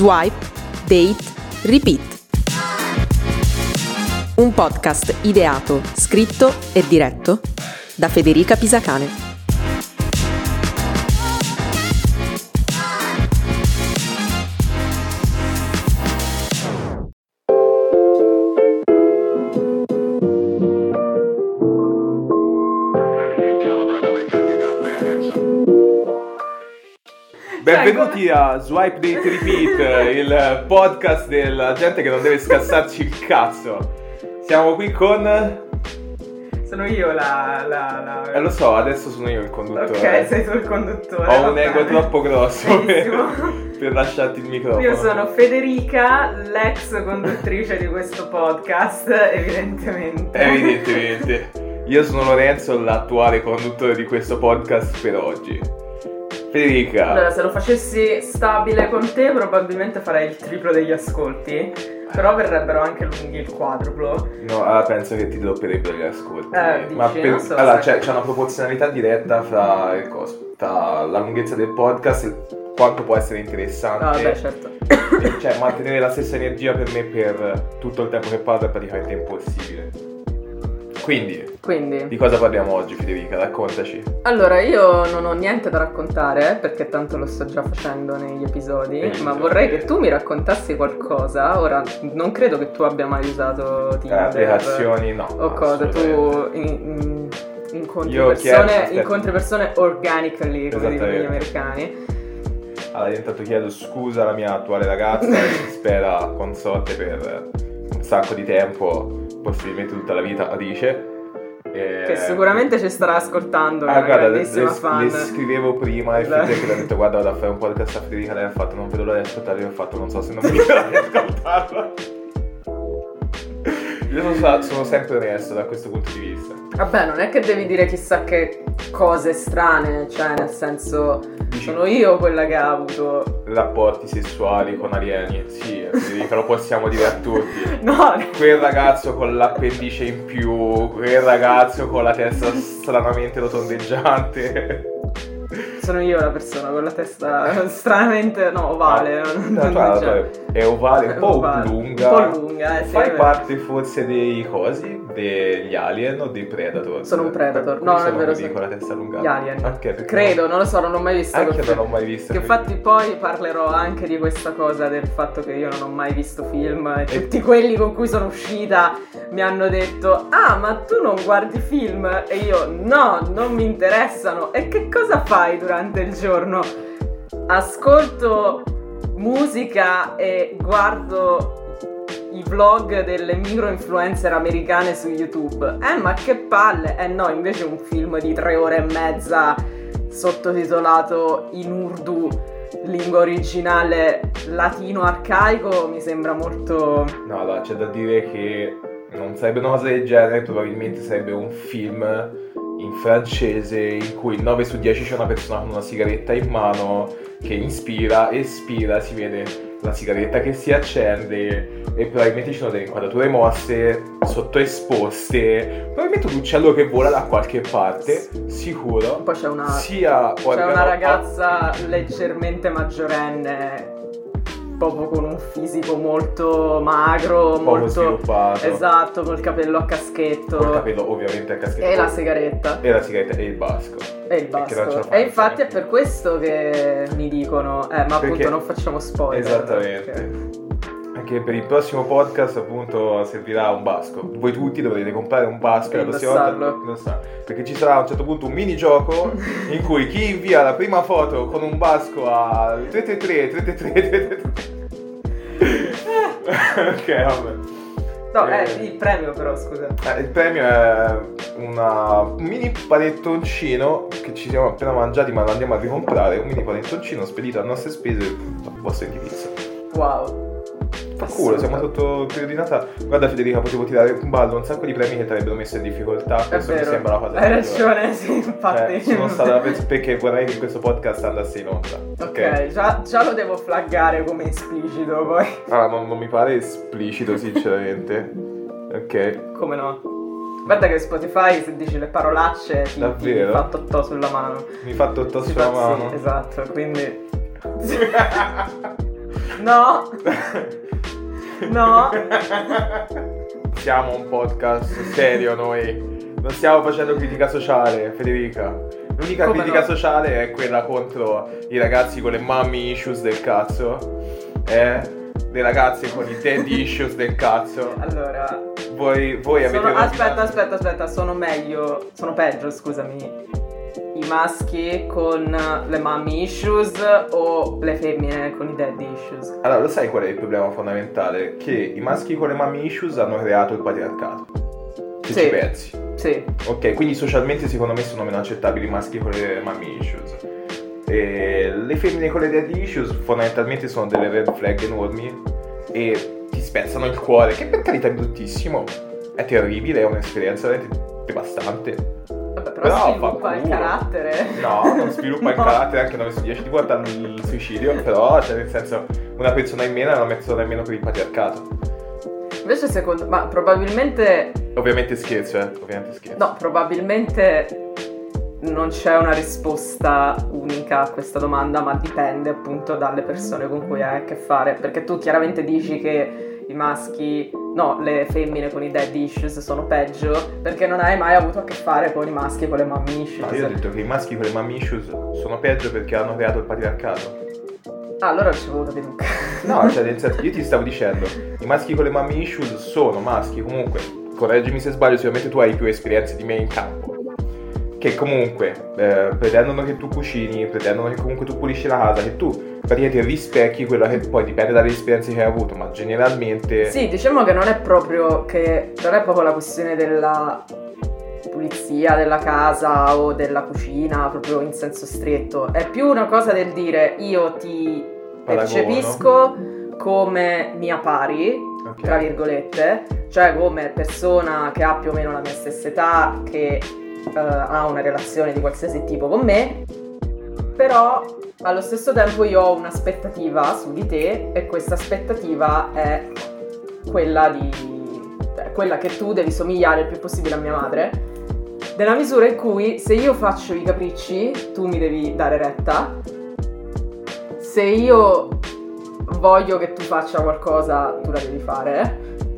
Swipe, Date, Repeat. Un podcast ideato, scritto e diretto da Federica Pisacane. Benvenuti a Swipe Date Repeat, il podcast della gente che non deve scassarci il cazzo. Siamo qui con... Sono io lo so, adesso sono io il conduttore. Ok, sei tu il conduttore. Ho un ego troppo grosso per lasciarti il microfono. Io sono Federica, l'ex conduttrice di questo podcast, evidentemente. Evidentemente. Io sono Lorenzo, l'attuale conduttore di questo podcast per oggi. Federica. Allora, se lo facessi stabile con te, probabilmente farei il triplo degli ascolti. Però verrebbero anche lunghi il quadruplo. No, penso che ti dopperebbero gli ascolti. Dici, ma non so, allora, c'è una proporzionalità diretta fra la lunghezza del podcast e quanto può essere interessante. Ah, beh, certo. Cioè, mantenere la stessa energia per me per tutto il tempo che parlo è praticamente impossibile. Quindi, di cosa parliamo oggi, Federica? Raccontaci. Allora, io non ho niente da raccontare, perché tanto lo sto già facendo negli episodi, ma vorrei che tu mi raccontassi qualcosa. Ora, non credo che tu abbia mai usato Tinder. Applicazioni, no. O cosa, tu incontri persone organically, come dicono gli americani. Allora, io intanto chiedo scusa alla mia attuale ragazza che si spera consorte per un sacco di tempo, possibilmente tutta la vita, Alice, che sicuramente ci starà ascoltando. Guarda, le fan. scrivevo prima e Federica le ha detto guarda, vado a fare un podcast a Federica, lei ha fatto non vedo l'ora di ascoltarlo, io ho fatto non so se non mi vedo l'ora di ascoltarlo. Io sono sempre onesto da questo punto di vista. Vabbè, non è che devi dire chissà che cose strane, cioè nel senso, sono io quella che ha avuto rapporti sessuali con alieni. Sì, Federica, lo possiamo dire a tutti. No. Quel ragazzo con l'appendice in più, quel ragazzo con la testa stranamente rotondeggiante. Sono io la persona con la testa stranamente, ovale. È ovale, un po' lunga. Un po' lunga, Fai parte forse dei cosi? Degli alien o dei predator? Sono un predator. No, non è vero. Con la testa allungata. Gli alien. Okay, credo, non lo so, non l'ho mai visto. Anche non l'ho mai visto. Che infatti poi parlerò anche di questa cosa, del fatto che io non ho mai visto film e tutti quelli con cui sono uscita mi hanno detto: ah, ma tu non guardi film? E io: no, non mi interessano. E che cosa fai durante il giorno? Ascolto musica e guardo i vlog delle micro influencer americane su YouTube. Ma che palle! No, invece un film di 3 ore e mezza sottotitolato in urdu, lingua originale latino arcaico, mi sembra molto... No, allora, c'è da dire che non sarebbe una cosa del genere, probabilmente sarebbe un film in francese in cui 9 su 10 c'è una persona con una sigaretta in mano che inspira, espira, si vede la sigaretta che si accende e probabilmente ci sono delle inquadrature mosse, sottoesposte, probabilmente un uccello che vola da qualche parte, sicuro. Poi c'è una ragazza leggermente maggiorenne, proprio con un fisico molto magro, molto sviluppato. Esatto, col capello a caschetto. Col capello ovviamente a caschetto. E la sigaretta. E il basco. E infatti è per questo che mi dicono, ma appunto non facciamo spoiler. Esattamente. Perché... Anche per il prossimo podcast appunto servirà un basco. Voi tutti dovrete comprare un basco la prossima volta, perché ci sarà a un certo punto un minigioco in cui chi invia la prima foto con un basco a 333. Ok, vabbè. No, il premio però, scusa. Il premio è un mini panettoncino che ci siamo appena mangiati, ma lo andiamo a ricomprare. Un mini panettoncino spedito a nostre spese al vostro indirizzo. Wow. Fa culo, siamo sotto il periodo di Natale. Guarda Federica, potevo tirare in ballo un sacco di premi che ti avrebbero messo in difficoltà. Questo mi sembra una cosa. Hai ragione, sì, infatti. Sono stata perché vorrei che questo podcast andasse in onda. Ok, già lo devo flaggare come esplicito poi. Non mi pare esplicito sinceramente. Ok. Come no? Guarda che Spotify, se dici le parolacce ti fa totò sulla mano. Mi fa totò sulla mano. Sì, esatto, quindi No. No. Siamo un podcast serio noi. Non stiamo facendo critica sociale, Federica. L'unica Come critica no? sociale è quella contro i ragazzi con le mommy issues del cazzo. Le ragazze con i daddy issues del cazzo. Allora, Voi avete aspetta, sono peggio, scusami. I maschi con le mommy issues o le femmine con i daddy issues? Allora, lo sai qual è il problema fondamentale? Che i maschi con le mommy issues hanno creato il patriarcato. Se ci pensi. Sì. Ok, quindi socialmente secondo me sono meno accettabili i maschi con le mommy issues. E le femmine con le daddy issues fondamentalmente sono delle red flag enormi e ti spezzano il cuore, che per carità è bruttissimo, è terribile, è un'esperienza veramente devastante. Vabbè, però sviluppa il culo. carattere. No, non sviluppa il No. carattere, anche 9 su 10 ti porta al suicidio, però cioè nel senso una persona in meno è una persona in meno per il patriarcato. Invece ma probabilmente... Ovviamente scherzo, ovviamente scherzo. No, probabilmente non c'è una risposta unica a questa domanda, ma dipende appunto dalle persone con cui hai a che fare. Perché tu chiaramente dici che i maschi, no, le femmine con i daddy issues sono peggio, perché non hai mai avuto a che fare con i maschi con le mommy issues. No, io ho detto che i maschi con le mommy issues sono peggio perché hanno creato il patriarcato. Ah, allora ci avevo da Luca. No, cioè nel senso, io ti stavo dicendo, i maschi con le mommy issues sono maschi comunque, correggimi se sbaglio, sicuramente tu hai più esperienze di me in campo, che comunque pretendono che tu cucini, pretendono che comunque tu pulisci la casa, che tu praticamente rispecchi quello che poi dipende dalle esperienze che hai avuto, ma generalmente... Sì, diciamo che non è proprio la questione della pulizia della casa o della cucina proprio in senso stretto, è più una cosa del dire io ti percepisco come mia pari, Okay. tra virgolette, cioè come persona che ha più o meno la mia stessa età, che ha una relazione di qualsiasi tipo con me, però allo stesso tempo io ho un'aspettativa su di te e questa aspettativa è quella quella che tu devi somigliare il più possibile a mia madre, nella misura in cui se io faccio i capricci tu mi devi dare retta, se io voglio che tu faccia qualcosa tu la devi fare,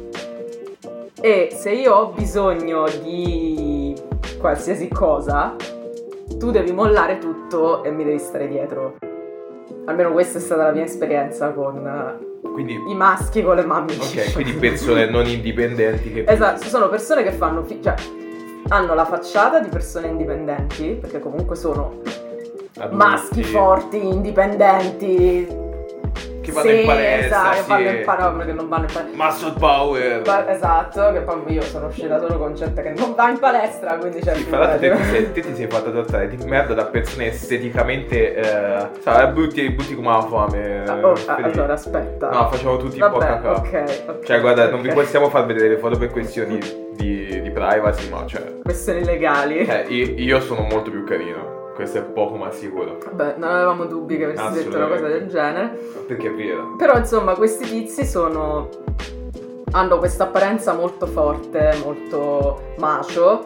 e se io ho bisogno di qualsiasi cosa tu devi mollare tutto e mi devi stare dietro. Almeno questa è stata la mia esperienza con Quindi, i maschi con le mommy ok, issues. quindi persone non indipendenti che... Esatto, sono persone che fanno cioè hanno la facciata di persone indipendenti, perché comunque sono adulti, maschi forti, indipendenti, che vanno in palestra, che sì. vanno in palestra, che non vanno in palestra. Muscle power. Esatto, che poi io sono uscita solo con gente che non va in palestra, quindi c'è Sì, fra l'altro te ti sei fatta trattare di merda da persone esteticamente brutti come la fame. Allora aspetta. No, facciamo tutti un po' cacao. Ok. Cioè guarda, non vi possiamo far vedere le foto per questioni di privacy, ma cioè Questioni legali. io sono molto più carino. Questo è poco ma sicuro. Vabbè, non avevamo dubbi che avessi detto una cosa del genere. Perché è vero. Però insomma questi tizi hanno questa apparenza molto forte, molto macho,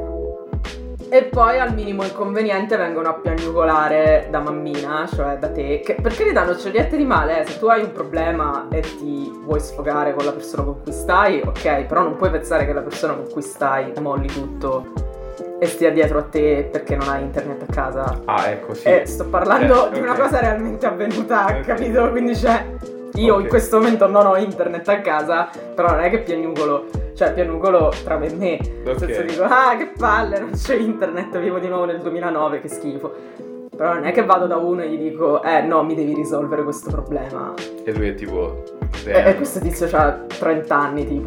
e poi al minimo inconveniente vengono a piagnucolare da mammina, cioè da te, che per carità non c'è niente di male, se tu hai un problema e ti vuoi sfogare con la persona con cui stai, ok, però non puoi pensare che la persona con cui stai molli tutto e stia dietro a te perché non hai internet a casa. Ah, ecco, sì. Sto parlando di una cosa realmente avvenuta, capito? Quindi io in questo momento non ho internet a casa, però non è che piagnucolo tra me e me. Nel senso dico, che palle, non c'è internet, vivo di nuovo nel 2009, che schifo. Però non è che vado da uno e gli dico, no, mi devi risolvere questo problema. E lui è tipo... E questo tizio c'ha 30 anni, tipo.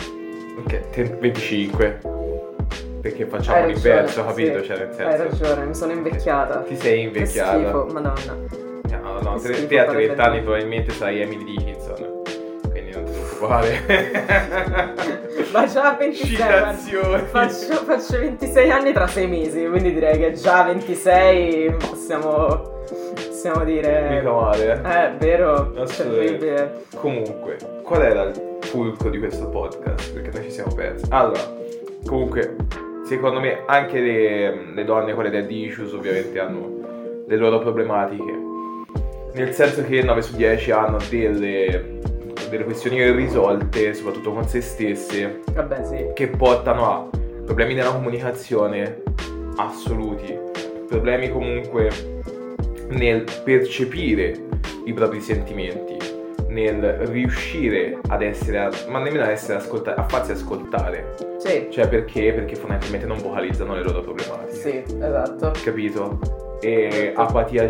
Ok, 25. Perché facciamo l'inverso, capito? Sì, cioè, nel senso... Hai ragione, mi sono invecchiata. Ti sei invecchiata. Che schifo, madonna. No, te a 30 anni probabilmente sarai Emily Dickinson. Quindi non ti preoccupare. Ma già 26 faccio 26 anni tra 6 mesi, quindi direi che già 26 possiamo dire... Mica male, vero? Assolutamente. Comunque, qual era il fulcro di questo podcast? Perché noi ci siamo persi. Allora, comunque, secondo me anche le donne, quelle daddy issues, ovviamente hanno le loro problematiche. nel senso che 9 su 10 hanno delle questioni irrisolte, soprattutto con se stesse, Vabbè, sì. che portano a problemi nella comunicazione assoluti, problemi comunque nel percepire i propri sentimenti, nel riuscire ad essere, ma nemmeno ad essere ascoltati, a farsi ascoltare. Sì. Cioè perché fondamentalmente non vocalizzano le loro problematiche. Sì, esatto. Capito? E apatia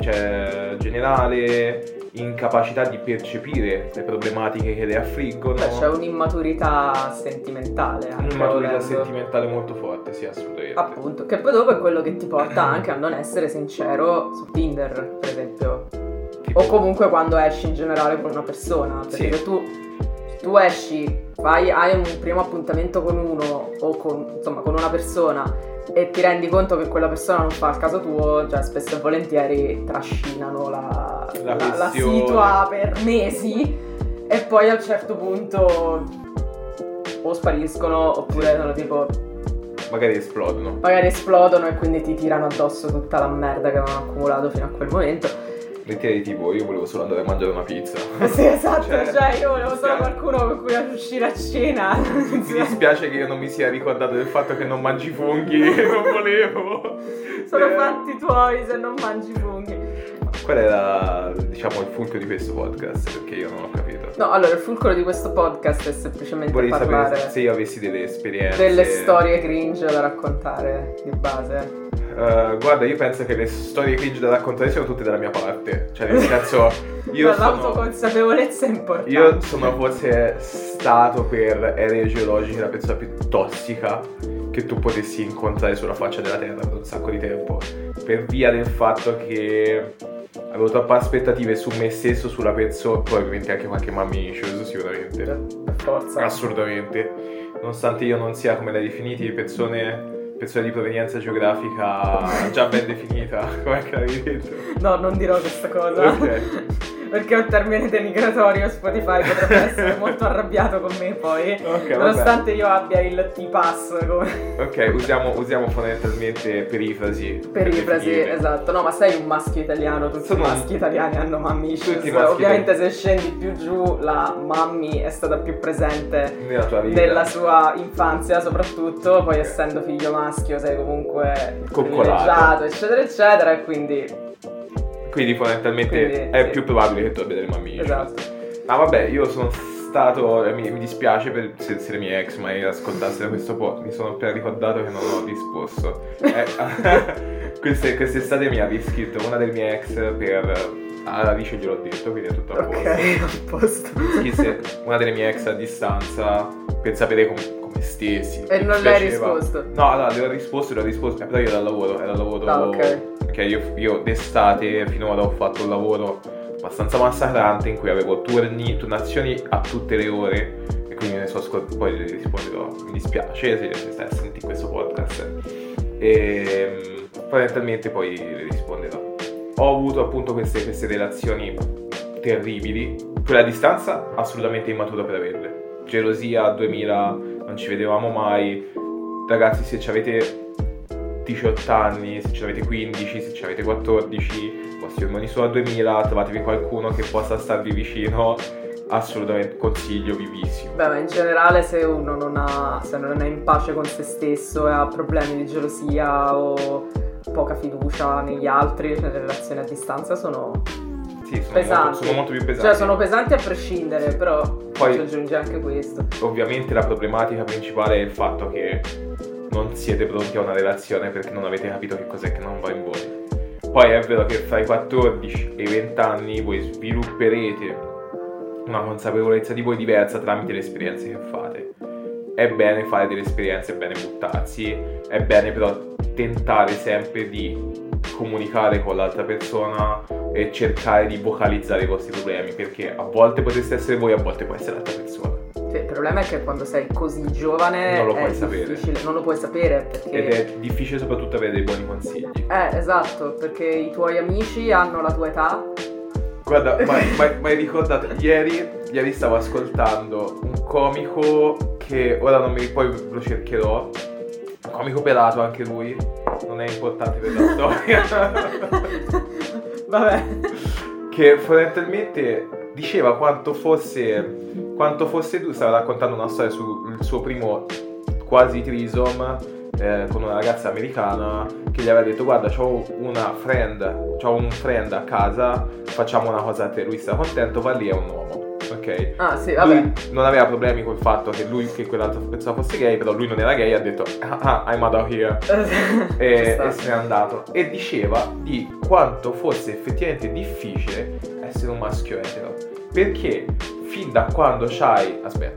generale, incapacità di percepire le problematiche che le affliggono. Beh, c'è un'immaturità sentimentale anche. Un'immaturità sentimentale molto forte, sì, assolutamente. Appunto, che poi dopo è quello che ti porta anche a non essere sincero su Tinder, per esempio. Tipo- O comunque quando esci in generale con una persona. Perché Sì. tu esci, hai un primo appuntamento con uno o con una persona e ti rendi conto che quella persona non fa il caso tuo, cioè spesso e volentieri trascinano la questione. situa per mesi e poi a un certo punto o spariscono oppure sono tipo Magari esplodono. magari esplodono e quindi ti tirano addosso tutta la merda che avevano accumulato fino a quel momento. Metti tipo, io volevo solo andare a mangiare una pizza. Sì, esatto, cioè io volevo solo dispiace- qualcuno con cui uscire a cena. Mi dispiace che io non mi sia ricordato del fatto che non mangi funghi, non volevo. Sono fatti tuoi se non mangi funghi. Qual era, diciamo, il fulcro di questo podcast? Perché io non ho capito. No, allora il fulcro di questo podcast è semplicemente Vorrei parlare sapere se io avessi delle esperienze. delle storie cringe da raccontare di base. Guarda, io penso che le storie cringe da raccontare siano tutte dalla mia parte. Cioè, nel senso, io sono... L'autoconsapevolezza è importante. Io sono forse stato per ere geologiche la persona più tossica che tu potessi incontrare sulla faccia della terra per un sacco di tempo, per via del fatto che avevo troppe aspettative su me stesso, sulla persona, probabilmente anche qualche mommy issues sicuramente, Per forza. assolutamente, nonostante io non sia, come l'hai definiti, persone di provenienza geografica già ben definita, come l'avevi detto. No, non dirò questa cosa. Ok. Perché è un termine denigratorio, Spotify potrebbe essere molto arrabbiato con me poi. Ok, nonostante io abbia il T-Pass come Ok, usiamo fondamentalmente perifrasi. per perifrasi, definire. esatto. No, ma sei un maschio italiano, tutti Sono i un- maschi italiani hanno mammy issues. Tutti i maschi Ovviamente se scendi più giù la mammy è stata più presente Nella tua vita. nella sua infanzia soprattutto, poi essendo figlio maschio sei comunque Coccolato. privilegiato, eccetera eccetera, e quindi Quindi fondamentalmente Quindi, è sì. più probabile che tu abbia delle mammine. esatto. Ma vabbè, io sono stato, mi dispiace se le mie ex mai ascoltassero questo po', mi sono appena ricordato che non ho risposto. Quest'estate mi ha riscritto una delle mie ex per... alla Alice gliel'ho detto, quindi è tutto a posto. Ok, a posto. Scrisse una delle mie ex a distanza per sapere come stessi. E mi non le hai piaceva. risposto? No, allora le ho risposto, però io era al lavoro, Ah, ok. Perché io d'estate finora ho fatto un lavoro abbastanza massacrante in cui avevo turnazioni a tutte le ore e quindi ne so poi le risponderò, mi dispiace se stai a sentire questo podcast e fondamentalmente poi le risponderò. Ho avuto appunto queste relazioni terribili, quella a distanza assolutamente immaturo per averle, gelosia a 2000, non ci vedevamo mai. Ragazzi, se ci avete 18 anni, se ce l'avete 15, se ce l'avete 14, i vostri ormoni sono a 2000, trovatevi qualcuno che possa starvi vicino, assolutamente consiglio vivissimo. Beh, ma in generale se uno se non è in pace con se stesso e ha problemi di gelosia o poca fiducia negli altri, le relazioni a distanza sono Sì, pesanti. sono molto più pesanti. Cioè sono pesanti a prescindere, però Poi- ci aggiunge anche questo. Ovviamente la problematica principale è il fatto che non siete pronti a una relazione perché non avete capito che cos'è che non va in voi. Poi è vero che fra i 14 e i 20 anni voi svilupperete una consapevolezza di voi diversa tramite le esperienze che fate. È bene fare delle esperienze, è bene buttarsi, è bene però tentare sempre di comunicare con l'altra persona e cercare di vocalizzare i vostri problemi, perché a volte potreste essere voi, a volte può essere l'altra persona. Sì, il problema è che quando sei così giovane Non lo è puoi sapere. difficile, non lo puoi sapere perché... Ed è difficile soprattutto avere dei buoni consigli. Esatto, perché i tuoi amici hanno la tua età. Guarda, ma hai ricordato, ieri stavo ascoltando un comico che ora non mi, poi lo cercherò, un comico pelato anche lui, non è importante per la storia. Vabbè. che fondamentalmente diceva quanto fosse tu, stava raccontando una storia sul suo primo quasi threesome con una ragazza americana che gli aveva detto: guarda, c'ho un friend a casa, facciamo una cosa a te. Lui sta contento, va lì, è un uomo, ok? Ah sì, vabbè. Lui non aveva problemi col fatto che quell'altra persona fosse gay, però lui non era gay, ha detto I'm out of here e se n'è andato. E diceva di quanto fosse effettivamente difficile essere un maschio etero, perché fin da quando c'hai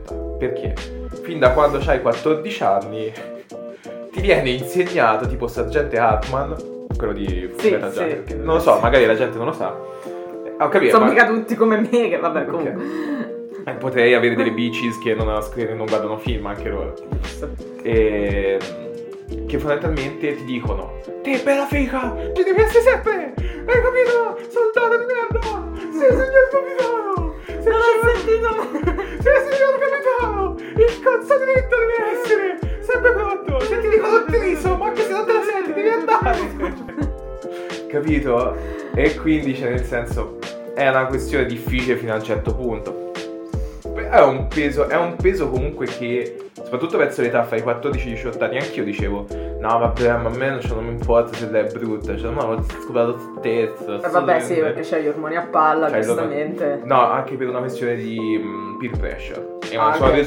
14 anni ti viene insegnato, tipo Sergente Hartman, quello di Fullmetal Jacket, sì. Non lo so, magari la gente non lo sa. Ho capito, sono mica tutti come me, che vabbè, comunque. Okay. Potrei avere delle bitches che non guardano film anche loro. E che fondamentalmente ti dicono: te bella figa, ci devi essere sempre, hai capito? Soldato di merda, sei il signor capitano, Non ho sentito. sei il signor capitano, il cazzo dritto deve essere sempre pronto, se ti dico tutti riso, ma anche se non te la senti devi andare. Capito? E quindi, cioè, nel senso, è una questione difficile fino a un certo punto. È un peso comunque che, soprattutto verso l'età fra i 14 e i 18 anni, anch'io dicevo: no vabbè, ma a me non mi importa se lei è brutta, cioè no, ho scoperto stessa. Vabbè sì, perché c'hai gli ormoni a palla, giustamente. No, anche per una questione di peer pressure. E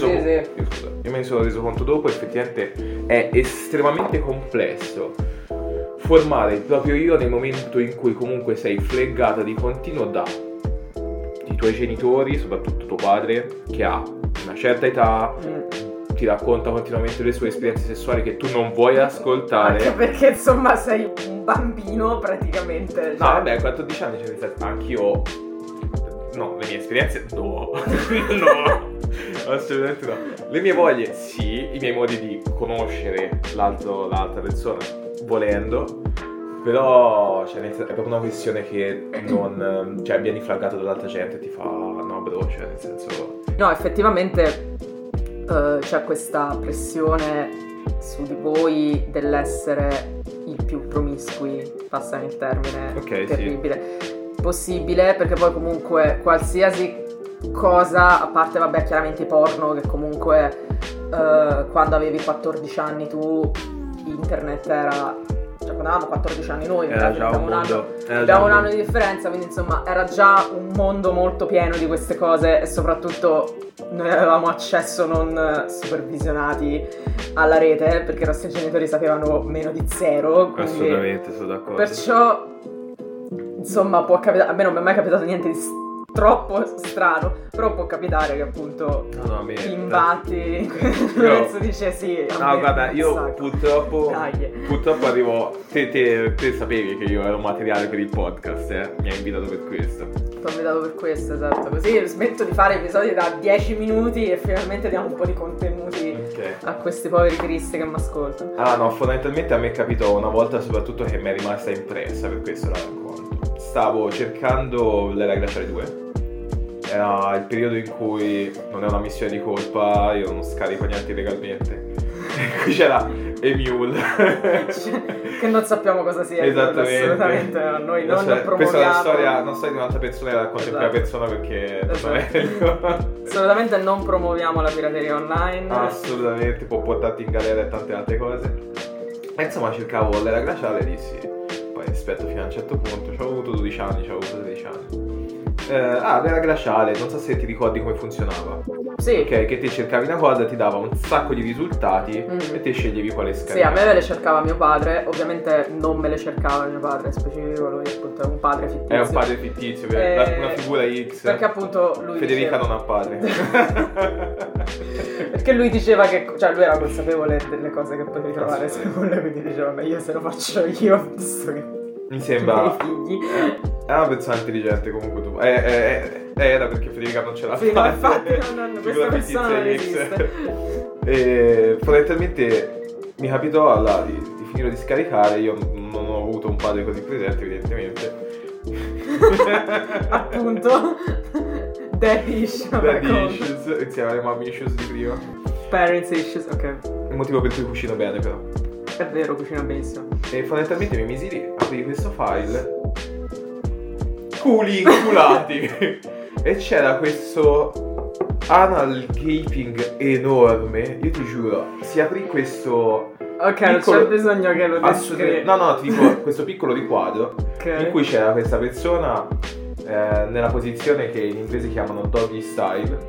io me ne sono reso conto dopo, effettivamente è estremamente complesso formare il proprio io nel momento in cui comunque sei fleggata di continuo da i tuoi genitori, soprattutto tuo padre, che ha una certa età, ti racconta continuamente le sue esperienze sessuali che tu non vuoi ascoltare. Anche perché insomma sei un bambino praticamente. Cioè... No vabbè, a 14 anni, cioè, anch'io, no, le mie esperienze no, no, assolutamente no. Le mie voglie sì, i miei modi di conoscere l'altra persona volendo, però cioè, è proprio una questione che non, cioè, vieni flaggato dall'altra gente e ti fa no bro, cioè nel senso... No, effettivamente c'è questa pressione su di voi dell'essere il più promiscui, passami il termine, terribile, possibile, perché poi comunque qualsiasi cosa, a parte vabbè chiaramente i porno, che comunque quando avevi 14 anni tu, internet era, cioè quando avevamo 14 anni noi, abbiamo un anno di differenza, quindi insomma era già un mondo molto pieno di queste cose, e soprattutto noi avevamo accesso non supervisionati alla rete, perché i nostri genitori sapevano meno di zero, quindi assolutamente, sono d'accordo. Perciò insomma può capitare, a me non mi è mai capitato niente di troppo strano, però può capitare che appunto ti imbatti, Lorenzo dice sì. No, guarda, io purtroppo arrivo, te sapevi che io ero materiale per il podcast, mi hai invitato per questo. Ti ho invitato per questo, esatto, così smetto di fare episodi da 10 minuti e finalmente diamo un po' di contenuti a questi poveri cristi che mi ascoltano. Ah no, fondamentalmente a me capitò una volta soprattutto che mi è rimasta impressa, per questo la racconto. Stavo cercando l'era glaciale 2. Era il periodo in cui non è una missione di colpa, io non scarico niente illegalmente. Qui c'era Emule che non sappiamo cosa sia. Esattamente. Assolutamente a noi non promuoviamo. Questa è una storia di un'altra persona, la racconto in prima persona perché è meglio. Assolutamente non promuoviamo la pirateria online. Assolutamente, può portarti in galera e tante altre cose. E insomma cercavo l'era glaciale e dissi, poi aspetto fino a un certo punto, ci ho avuto 12 anni, ci ho avuto 13 anni. L'era glaciale, non so se ti ricordi come funzionava. Sì. Ok, che te cercavi una cosa, ti dava un sacco di risultati e te sceglievi quale scaricare. Sì, a me le cercava mio padre, ovviamente non me le cercava mio padre specifico, lui appunto è un padre fittizio. È un padre fittizio, una figura X. Perché appunto lui Federica non ha padre. Perché lui diceva che, cioè lui era consapevole delle cose che potevi trovare secondo lui, quindi diceva ma io se lo faccio io, visto che mi sembra figli. È una persona intelligente comunque tu. Era perché Federica non ce l'ha fatta. No, infatti no, questa persona non esiste. E fondamentalmente mi capitò di finire di scaricare. Io non ho avuto un padre così presente, evidentemente. Appunto. Daddy issues insieme alle mommy issues di prima. Parents issues, ok. Il motivo per cui cucino bene però. È vero, cucina benissimo. E fondamentalmente mi misi lì, apri questo file culi inculati. E c'era questo anal gaping enorme. Io ti giuro, si aprì questo ok, non c'è bisogno che lo descrivi. No, tipo questo piccolo riquadro Okay. in cui c'era questa persona nella posizione che in inglese chiamano doggy style,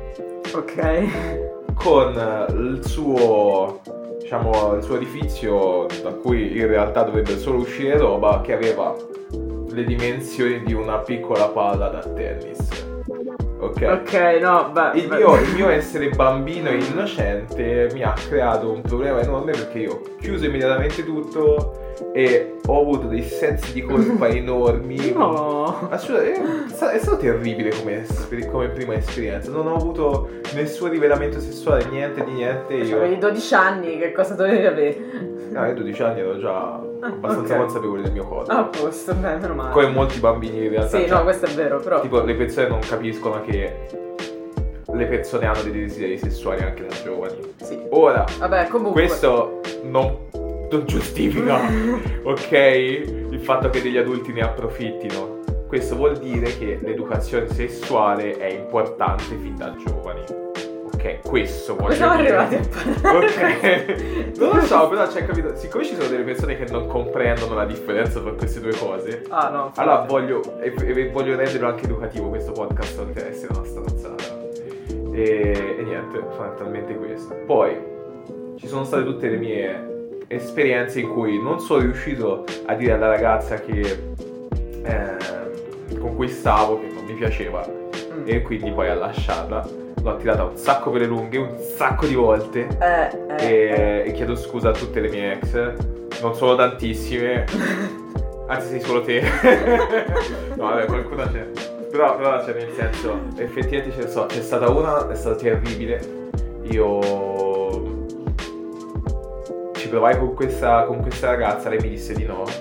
Ok. con il suo, diciamo, il suo orifizio da cui in realtà dovrebbe solo uscire roba, che aveva le dimensioni di una piccola palla da tennis. Ok, no, beh. Il mio essere bambino e innocente mi ha creato un problema enorme, perché io ho chiuso immediatamente tutto e ho avuto dei sensi di colpa enormi. No. Assolutamente, è stato terribile come prima esperienza. Non ho avuto nessun rivelamento sessuale, niente di niente. Io Avevi 12 anni, che cosa dovevi avere? io a 12 anni ero già abbastanza ok. consapevole del mio corpo. A posto, beh, meno male. Come molti bambini in realtà. Sì, cioè, no, questo è vero, però. tipo, le persone non capiscono che le persone hanno dei desideri sessuali anche da giovani. Sì. Ora, Vabbè, comunque. questo non giustifica, ok, il fatto che degli adulti ne approfittino. Questo vuol dire che l'educazione sessuale è importante fin da giovani. Ok, questo voglio Siamo dire. arrivati a parlare. Ok, non lo so, però c'è capito. Siccome ci sono delle persone che non comprendono la differenza tra queste due cose, Ah, no. allora voglio renderlo anche educativo questo podcast, non deve essere una stronzata. E niente, fondamentalmente questo. Poi ci sono state tutte le mie esperienze in cui non sono riuscito a dire alla ragazza che con cui stavo che non mi piaceva, e quindi poi a lasciarla. L'ho tirata un sacco per le lunghe, un sacco di volte, e chiedo scusa a tutte le mie ex. Non sono tantissime, anzi sei solo te. No vabbè, qualcuna c'è. Però c'è, nel senso, effettivamente c'è stata una, è stata terribile. Io ci provai con questa ragazza, lei mi disse di no.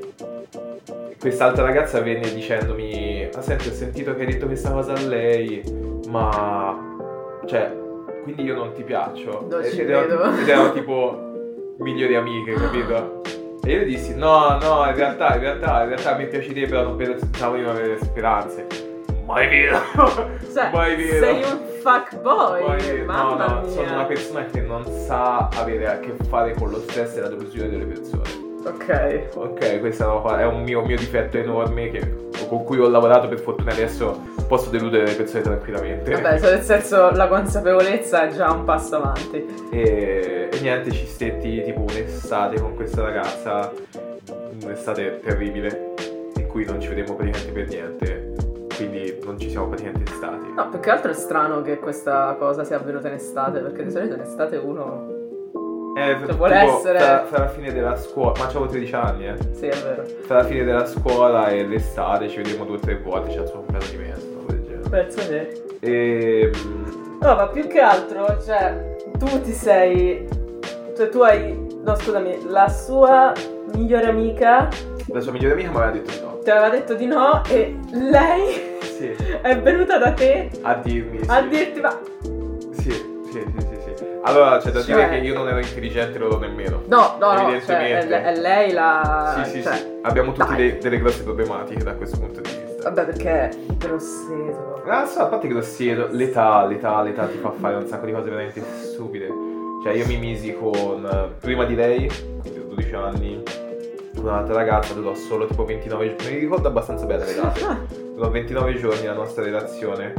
Quest'altra ragazza venne dicendomi: ah, senti, ho sentito che hai detto questa cosa a lei, ma cioè, quindi io non ti piaccio? Non ci ed credo. erano tipo migliori amiche, capito? E io le dissi: no, in realtà mi piaci te, però non pensavo di non avere speranze. Mai vero! Cioè, mai vero! sei un fuckboy, Mai vero. mamma No, mia. sono una persona che non sa avere a che fare con lo stress e la delusione delle persone. Ok, questo è un mio difetto enorme con cui ho lavorato. Per fortuna adesso posso deludere le persone tranquillamente. Vabbè, nel senso, la consapevolezza è già un passo avanti. E niente, ci stetti tipo un'estate con questa ragazza, un'estate terribile, in cui non ci vedemmo praticamente per niente, quindi non ci siamo praticamente stati. No, più che altro è strano che questa cosa sia avvenuta in estate, perché di solito in estate uno... vuole essere... Fra la fine della scuola, ma c'avevo 13 anni, Sì, è vero. Tra la fine della scuola e l'estate ci vedemmo 2 o 3 volte, c'è un caso di mezzo, una cosa del genere. Penso che... E... No, ma più che altro, cioè, tu ti sei... Cioè, tu hai... No, scusami, la sua migliore amica... La sua migliore amica mi aveva detto di no. Ti aveva detto di no e lei... Sì. È venuta da te A dirmi, sì. a dirti, ma... Sì. Allora, c'è da Cioè- dire che io non ero intelligente, loro nemmeno. No, Evidentemente. cioè, è lei la... Sì. cioè, Abbiamo tutti dai. delle grosse problematiche da questo punto di vista. Vabbè, perché è grosseto. Ah, so, a parte che l'età ti fa fare un sacco di cose veramente stupide. Cioè, io mi misi con... prima di lei, quindi ho 12 anni, con un'altra ragazza, durò solo tipo 29 giorni. Mi ricordo abbastanza bene le date. Durò 29 giorni la nostra relazione.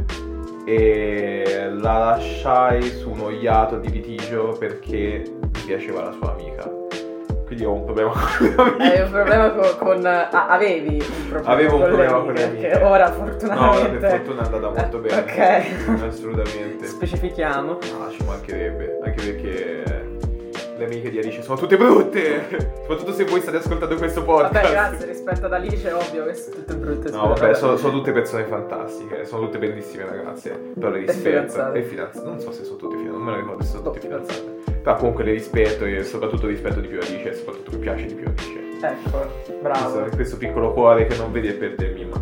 E la lasciai su uno iato di litigio perché mi piaceva la sua amica. Quindi ho un problema con le amiche. Hai un problema con avevi un problema Avevo un con problema le con le amiche, amiche. che ora No, fortunatamente... per fortuna è andata molto bene. Ok. Assolutamente. Specifichiamo. Ah, ci mancherebbe. Anche perché le amiche di Alice sono tutte brutte. Soprattutto se voi state ascoltando questo podcast. Vabbè, grazie, rispetto ad Alice è ovvio che sono tutte brutte. No, vabbè, sono tutte persone fantastiche. Sono tutte bellissime ragazze. Però le rispetto. fidanzate. E fidanzate. Non so se sono tutte fidanzate. Non me lo ricordo se sono tutte fidanzate. Però comunque le rispetto e soprattutto rispetto di più Alice. E soprattutto mi piace di più Alice. Ecco, bravo. Questo piccolo cuore che non vedi è per te, Mimma.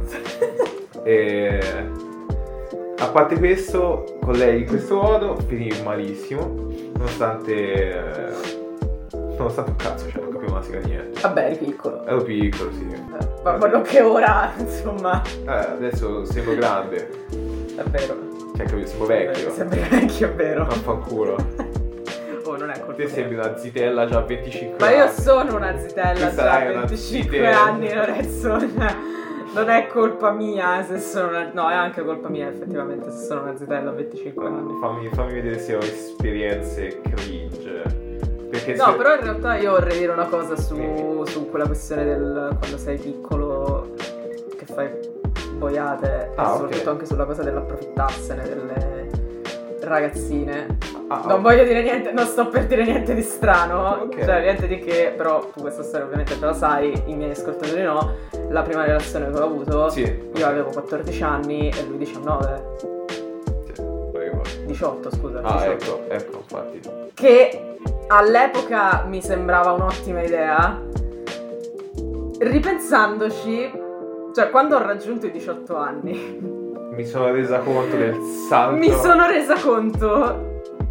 E a parte questo, con lei in questo modo finì malissimo, nonostante un cazzo, cioè non capivo una sega di niente. Vabbè, eri piccolo. Ero piccolo, sì. Ma quello che ora, insomma... Adesso sembro grande. È vero. Cioè, capito, sembro vecchio. Sembri vecchio, è vero. Vaffanculo. Oh, non è colpa Te mia. sembri una zitella già a 25 Ma anni. io sono una zitella Questa già è a una 25 zitella. anni, Lorenzo. Non è colpa mia se sono una... No, è anche colpa mia effettivamente se sono una zitella a 25 anni. Fammi vedere se ho esperienze cringe. Perché No, però in realtà io vorrei dire una cosa su quella questione del quando sei piccolo che fai boiate e soprattutto anche sulla cosa dell'approfittarsene delle ragazzine. Non voglio dire niente, non sto per dire niente di strano, cioè niente di che, però tu questa storia ovviamente ce la sai, i miei ascoltatori no. La prima relazione che ho avuto, io avevo 14 anni e lui 19. 18, scusa. 18. Ecco, infatti. Che all'epoca mi sembrava un'ottima idea. Ripensandoci, cioè quando ho raggiunto i 18 anni, mi sono resa conto del salto. Mi sono resa conto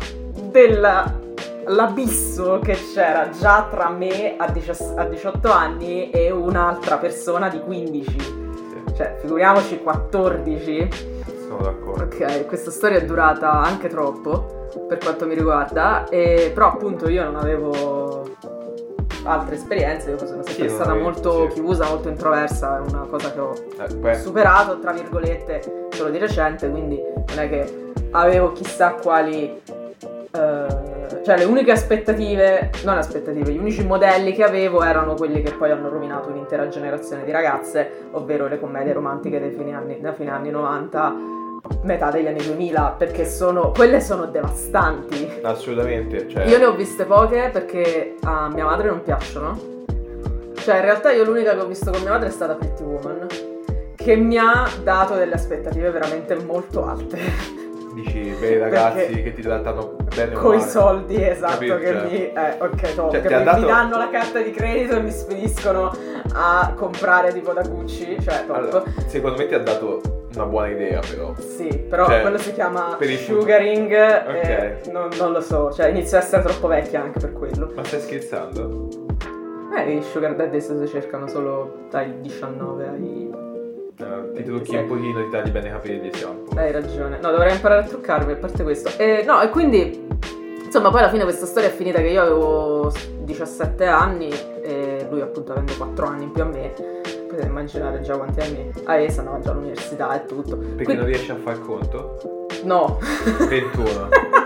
dell'abisso che c'era già tra me a 18 anni e un'altra persona di 15. Cioè, figuriamoci 14. Sono d'accordo. Ok, questa storia è durata anche troppo per quanto mi riguarda, però appunto io non avevo altre esperienze, io sono sempre stata molto chiusa, molto introversa, è una cosa che ho superato tra virgolette solo di recente, quindi non è che avevo chissà quali cioè le uniche gli unici modelli che avevo erano quelli che poi hanno rovinato un'intera generazione di ragazze, ovvero le commedie romantiche da fine anni 90, metà degli anni 2000, perché quelle sono devastanti. Assolutamente, cioè... Io ne ho viste poche perché a mia madre non piacciono. Cioè in realtà io l'unica che ho visto con mia madre è stata Pretty Woman, che mi ha dato delle aspettative veramente molto alte. Dici, beh, ragazzi che ti trattano bene coi male. soldi, esatto, capito? che mi... ok, top, cioè, che mi danno la carta di credito e mi spediscono a comprare tipo da Gucci, cioè top. Allora, secondo me ti ha dato una buona idea, però. Sì, però quello si chiama per sugaring e non lo so, cioè inizio a essere troppo vecchia anche per quello. Ma stai scherzando? I sugar daddy si cercano solo dai 19 ai... ti trucchi un pochino, ti tagli bene i capelli e siamo. Hai ragione. No, dovrei imparare a truccarmi, a parte questo. E quindi, insomma, poi alla fine questa storia è finita che io avevo 17 anni e lui appunto avendo 4 anni in più a me. Potete immaginare già quanti anni aveva, no, già all'università e tutto. Perché non riesci a far conto? No. 21.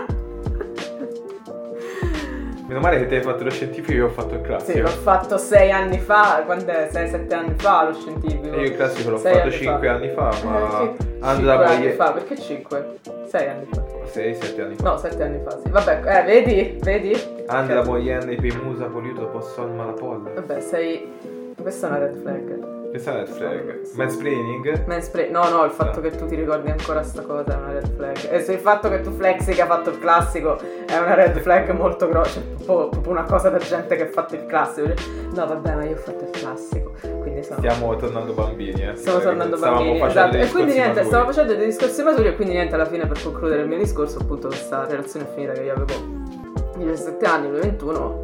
Meno male che te hai fatto lo scientifico e io ho fatto il classico. Sì, l'ho fatto 6 anni fa, quando è? 6-7 anni fa lo scientifico. E io il classico l'ho fatto 5 anni fa, ma 5 anni fa, perché 5? 6 anni fa. 6-7 anni fa. No, 7 anni fa, sì. Vabbè, vedi? Andra Boienne e Pemusa Poliuto possono malapolla. Vabbè, questa è una red flag. Questa è una red flag. Mansplaining? No, il fatto che tu ti ricordi ancora sta cosa è una red flag. E se il fatto che tu flexi che ha fatto il classico è una red flag molto grossa, proprio una cosa da gente che ha fatto il classico. No, vabbè, ma io ho fatto il classico. Quindi stiamo tornando bambini, Stiamo tornando bambini, esatto. E quindi niente, stavo facendo dei discorsi maturi e quindi niente, alla fine per concludere il mio discorso, appunto questa relazione è finita che io avevo 17 anni, lui 21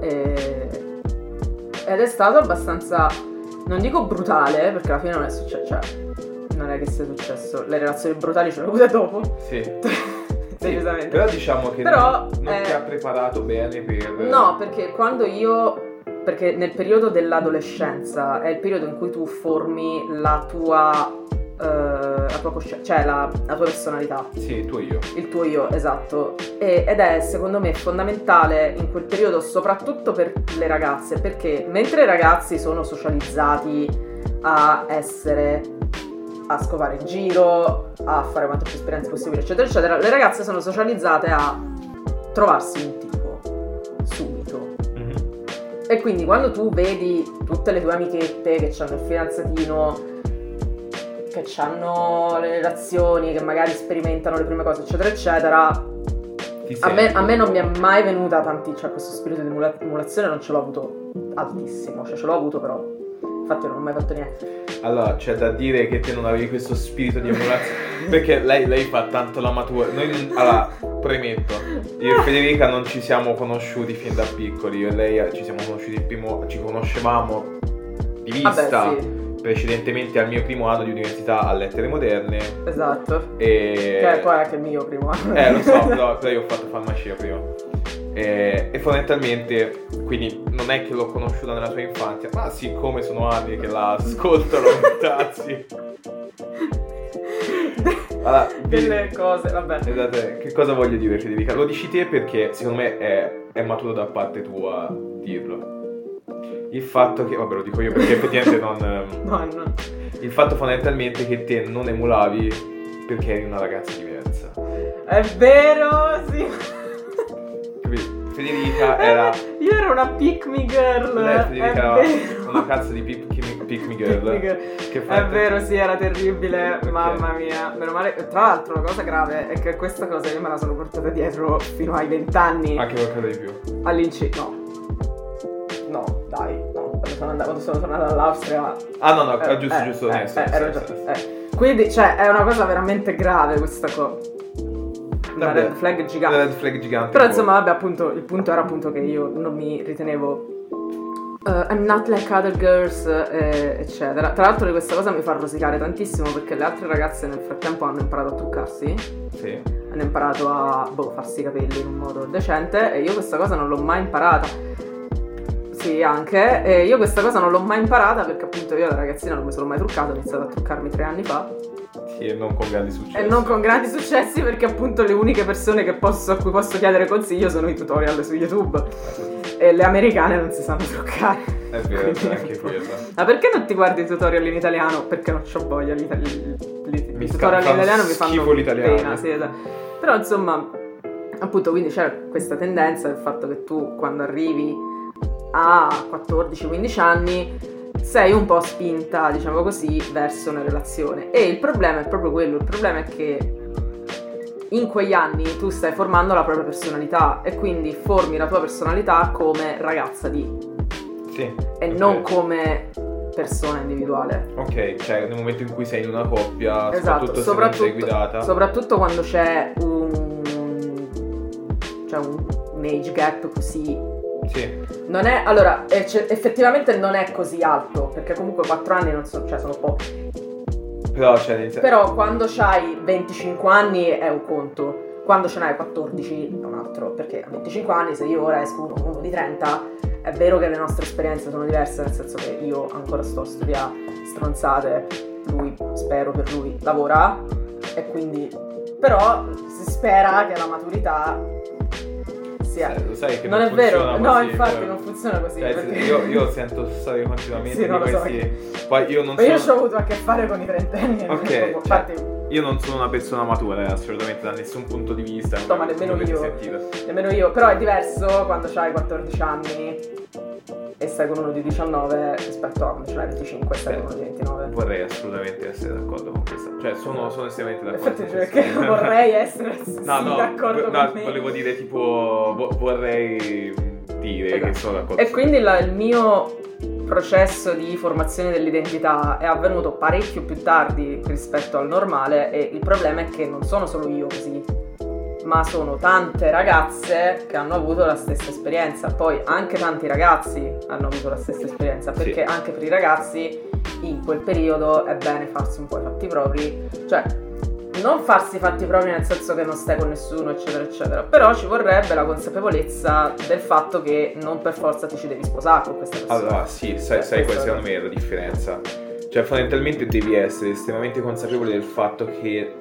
ed è stato abbastanza, non dico brutale, perché alla fine non è successo, cioè non è che sia successo, le relazioni brutali ce le ho avute dopo. Sì. Decisamente. Però diciamo che non ti ha preparato bene per... No, perché perché nel periodo dell'adolescenza è il periodo in cui tu formi la tua coscienza, cioè la tua personalità. Sì, il tuo io. Il tuo io, esatto. Ed è secondo me fondamentale in quel periodo, soprattutto per le ragazze, perché mentre i ragazzi sono socializzati a scopare in giro, a fare quante più esperienze possibili, eccetera, eccetera, le ragazze sono socializzate a trovarsi un tipo subito. Mm-hmm. E quindi quando tu vedi tutte le tue amichette che hanno il fidanzatino, che hanno le relazioni, che magari sperimentano le prime cose, eccetera, eccetera, a me non mi è mai venuta cioè questo spirito di emulazione non ce l'ho avuto altissimo, cioè ce l'ho avuto però infatti non ho mai fatto niente. Allora c'è da dire che te non avevi questo spirito di emulazione perché lei fa tanto la matura. Allora premetto, io e Federica non ci siamo conosciuti fin da piccoli. Io e lei ci siamo conosciuti ci conoscevamo di vista precedentemente al mio primo anno di università a Lettere Moderne. Esatto. E... che poi è anche il mio primo anno. Lo so, però io ho fatto farmacia prima. E fondamentalmente, quindi non è che l'ho conosciuta nella sua infanzia, ma siccome sono anni che la ascolto lamentarsi. Allora, delle cose, vabbè. Esatto, che cosa voglio dire, Federica? Lo dici te perché secondo me è maturo da parte tua dirlo. Il fatto che, vabbè, lo dico io perché effettivamente non... No. Il fatto fondamentalmente che te non emulavi perché eri una ragazza diversa. È vero, sì. Federica era... Io ero una pick me girl. Federica era una cazzo di pick me girl. È vero, sì, era terribile. Okay. Mamma mia. Meno male. Tra l'altro la cosa grave è che questa cosa io me la sono portata dietro fino ai 20 anni. Anche qualcosa di più. No, dai, no. Quando sono tornata dall'Austria. No, giusto, onesto. Ero già. Quindi, cioè, è una cosa veramente grave questa cosa. Una red flag gigante. Però insomma, vabbè, appunto, il punto era appunto che io non mi ritenevo I'm not like other girls, eccetera. Tra l'altro di questa cosa mi fa rosicare tantissimo perché le altre ragazze nel frattempo hanno imparato a truccarsi. Sì. Hanno imparato a farsi i capelli in un modo decente e io questa cosa non l'ho mai imparata. Sì, anche. E io questa cosa non l'ho mai imparata perché appunto io da ragazzina non mi sono mai truccata, ho iniziato a truccarmi 3 anni fa. Sì, e non con grandi successi. Perché appunto le uniche persone a cui posso chiedere consiglio sono i tutorial su YouTube. E le americane non si sanno truccare. È vero, anche quello. Ma perché non ti guardi i tutorial in italiano? Perché non c'ho voglia. I tutorial in italiano mi fanno pena, sì, esatto. Però insomma, appunto, quindi c'è questa tendenza del fatto che tu quando arrivi a 14-15 anni sei un po' spinta, diciamo così, verso una relazione. E il problema è proprio quello. Il problema è che in quegli anni tu stai formando la propria personalità e quindi formi la tua personalità come ragazza di. Sì. E okay. non come persona individuale. Ok, cioè nel momento in cui sei in una coppia, esatto, soprattutto se non sei guidata. Soprattutto quando c'è un age gap così. Sì. Non è, allora, effettivamente non è così alto, perché comunque 4 anni non so, cioè sono pochi. Però quando c'hai 25 anni è un conto, quando ce n'hai 14 è un altro, perché a 25 anni se io ora esco uno di 30, è vero che le nostre esperienze sono diverse, nel senso che io ancora sto a studiare stronzate, lui, spero per lui, lavora, e quindi, però si spera che la maturità lo sai che non è vero, no, infatti non funziona così. Cioè, perché... io sento storie continuamente sì, di questi. Poi io non sono. Io ci ho avuto a che fare con i 30enni. Ok. Infatti, io non sono una persona matura, assolutamente, da nessun punto di vista. No, ma nemmeno io. Però è diverso quando hai 14 anni e stai con uno di 19 rispetto a quando ce l'hai 25 e stai con uno di 29. Vorrei assolutamente essere d'accordo con questa. Cioè, sono estremamente d'accordo. Infatti, perché vorrei essere d'accordo con me. Volevo dire, tipo, vorrei dire che sono d'accordo. E quindi il mio processo di formazione dell'identità è avvenuto parecchio più tardi rispetto al normale, e il problema è che non sono solo io così, ma sono tante ragazze che hanno avuto la stessa esperienza. Poi anche tanti ragazzi hanno avuto la stessa esperienza, perché anche per i ragazzi in quel periodo è bene farsi un po' i fatti propri, cioè non farsi i fatti propri nel senso che non stai con nessuno eccetera eccetera, però ci vorrebbe la consapevolezza del fatto che non per forza ti ci devi sposare con questa persona. Allora sì, sai qual secondo me è la differenza? Cioè fondamentalmente devi essere estremamente consapevole del fatto che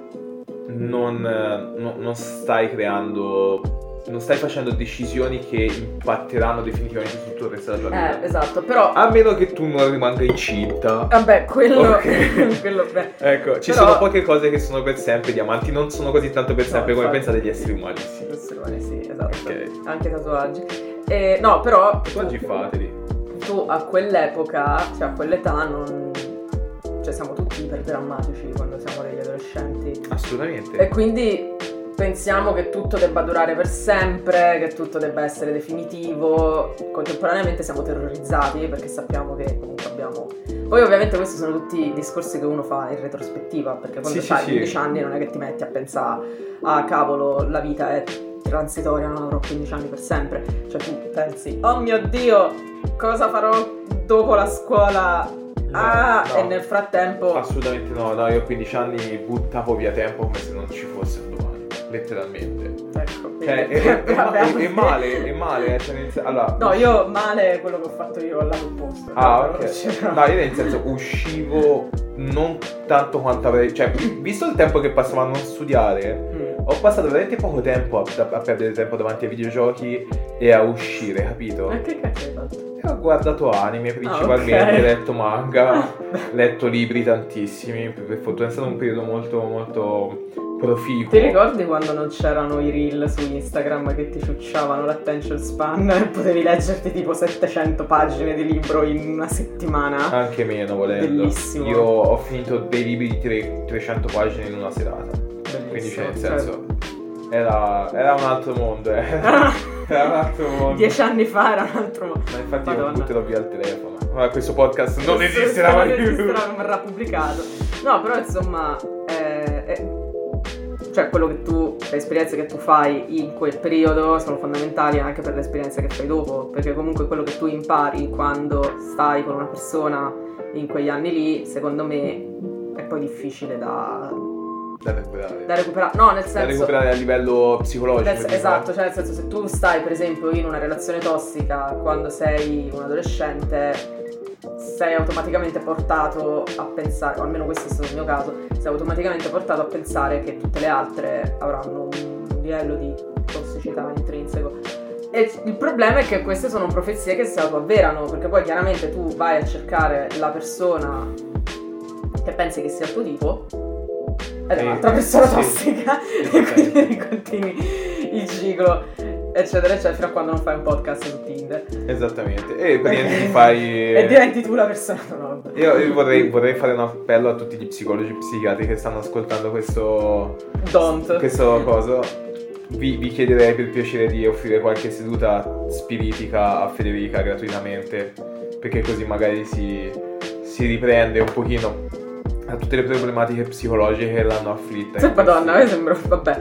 non stai facendo decisioni che impatteranno definitivamente su tutto il resto della tua vita. Esatto, però a meno che tu non rimanga incinta. Vabbè, quello beh. Ecco, ci sono poche cose che sono per sempre, diamanti non sono così tanto per sempre come pensate gli esseri umani. Sì, gli esseri umani sì, esatto. Okay. Anche tatuaggi. No, però tatuaggi fateli. Tu a quell'epoca, cioè a quell'età cioè siamo tutti iperdrammatici quando siamo degli adolescenti. Assolutamente. E quindi pensiamo che tutto debba durare per sempre, che tutto debba essere definitivo. Contemporaneamente siamo terrorizzati perché sappiamo che comunque abbiamo Poi ovviamente questi sono tutti discorsi che uno fa in retrospettiva, perché quando hai 15 anni non è che ti metti a pensare cavolo, la vita è transitoria, non avrò 15 anni per sempre. Cioè tu pensi, oh mio Dio, cosa farò dopo la scuola? No. E nel frattempo... Assolutamente no, io a 15 anni buttavo via tempo come se non ci fosse domani, letteralmente. Ecco, cioè, è male, cioè, allora, no, io male è quello che ho fatto io al lato opposto. Ok. No, io nel senso uscivo non tanto quanto avrei, cioè, visto il tempo che passavo a non studiare, ho passato veramente poco tempo a perdere tempo davanti ai videogiochi e a uscire, capito? Ma che cazzo hai fatto? Ho guardato anime principalmente, okay. letto manga, letto libri tantissimi, per fortuna è stato un periodo molto molto proficuo. Ti ricordi quando non c'erano i reel su Instagram che ti ciucciavano l'attention span e potevi leggerti tipo 700 pagine di libro in una settimana? Anche meno volendo. Bellissimo. Io ho finito dei libri di 300 pagine in una serata. Bellissimo. Quindi cioè, nel senso era un altro mondo, Era un altro mondo. 10 anni fa era un altro mondo. Ma infatti Madonna. io butterò via il telefono. Ma questo podcast non esisterà mai più. Non verrà pubblicato. No, però insomma cioè quello che tu, le esperienze che tu fai in quel periodo sono fondamentali anche per le esperienze che fai dopo, perché comunque quello che tu impari quando stai con una persona in quegli anni lì, secondo me è poi difficile da recuperare. No, nel senso, da recuperare a livello psicologico. Esatto, cioè nel senso, se tu stai per esempio in una relazione tossica quando sei un adolescente, sei automaticamente portato a pensare, o almeno questo è stato il mio caso, sei automaticamente portato a pensare che tutte le altre avranno un livello di tossicità intrinseco. E il problema è che queste sono profezie che si autoavverano, perché poi chiaramente tu vai a cercare la persona che pensi che sia il tuo tipo ed è un'altra persona tossica e quindi continui il ciclo, eccetera eccetera, fino a quando non fai un podcast su Tinder. Esattamente. E praticamente fai e diventi tu la persona nuova. Io vorrei fare un appello a tutti gli psicologi e psichiatri che stanno ascoltando questo coso. Vi chiederei per piacere di offrire qualche seduta spiritica a Federica gratuitamente, perché così magari si riprende un pochino da tutte le problematiche psicologiche che l'hanno afflitta. Sì, madonna, mi sembra, vabbè.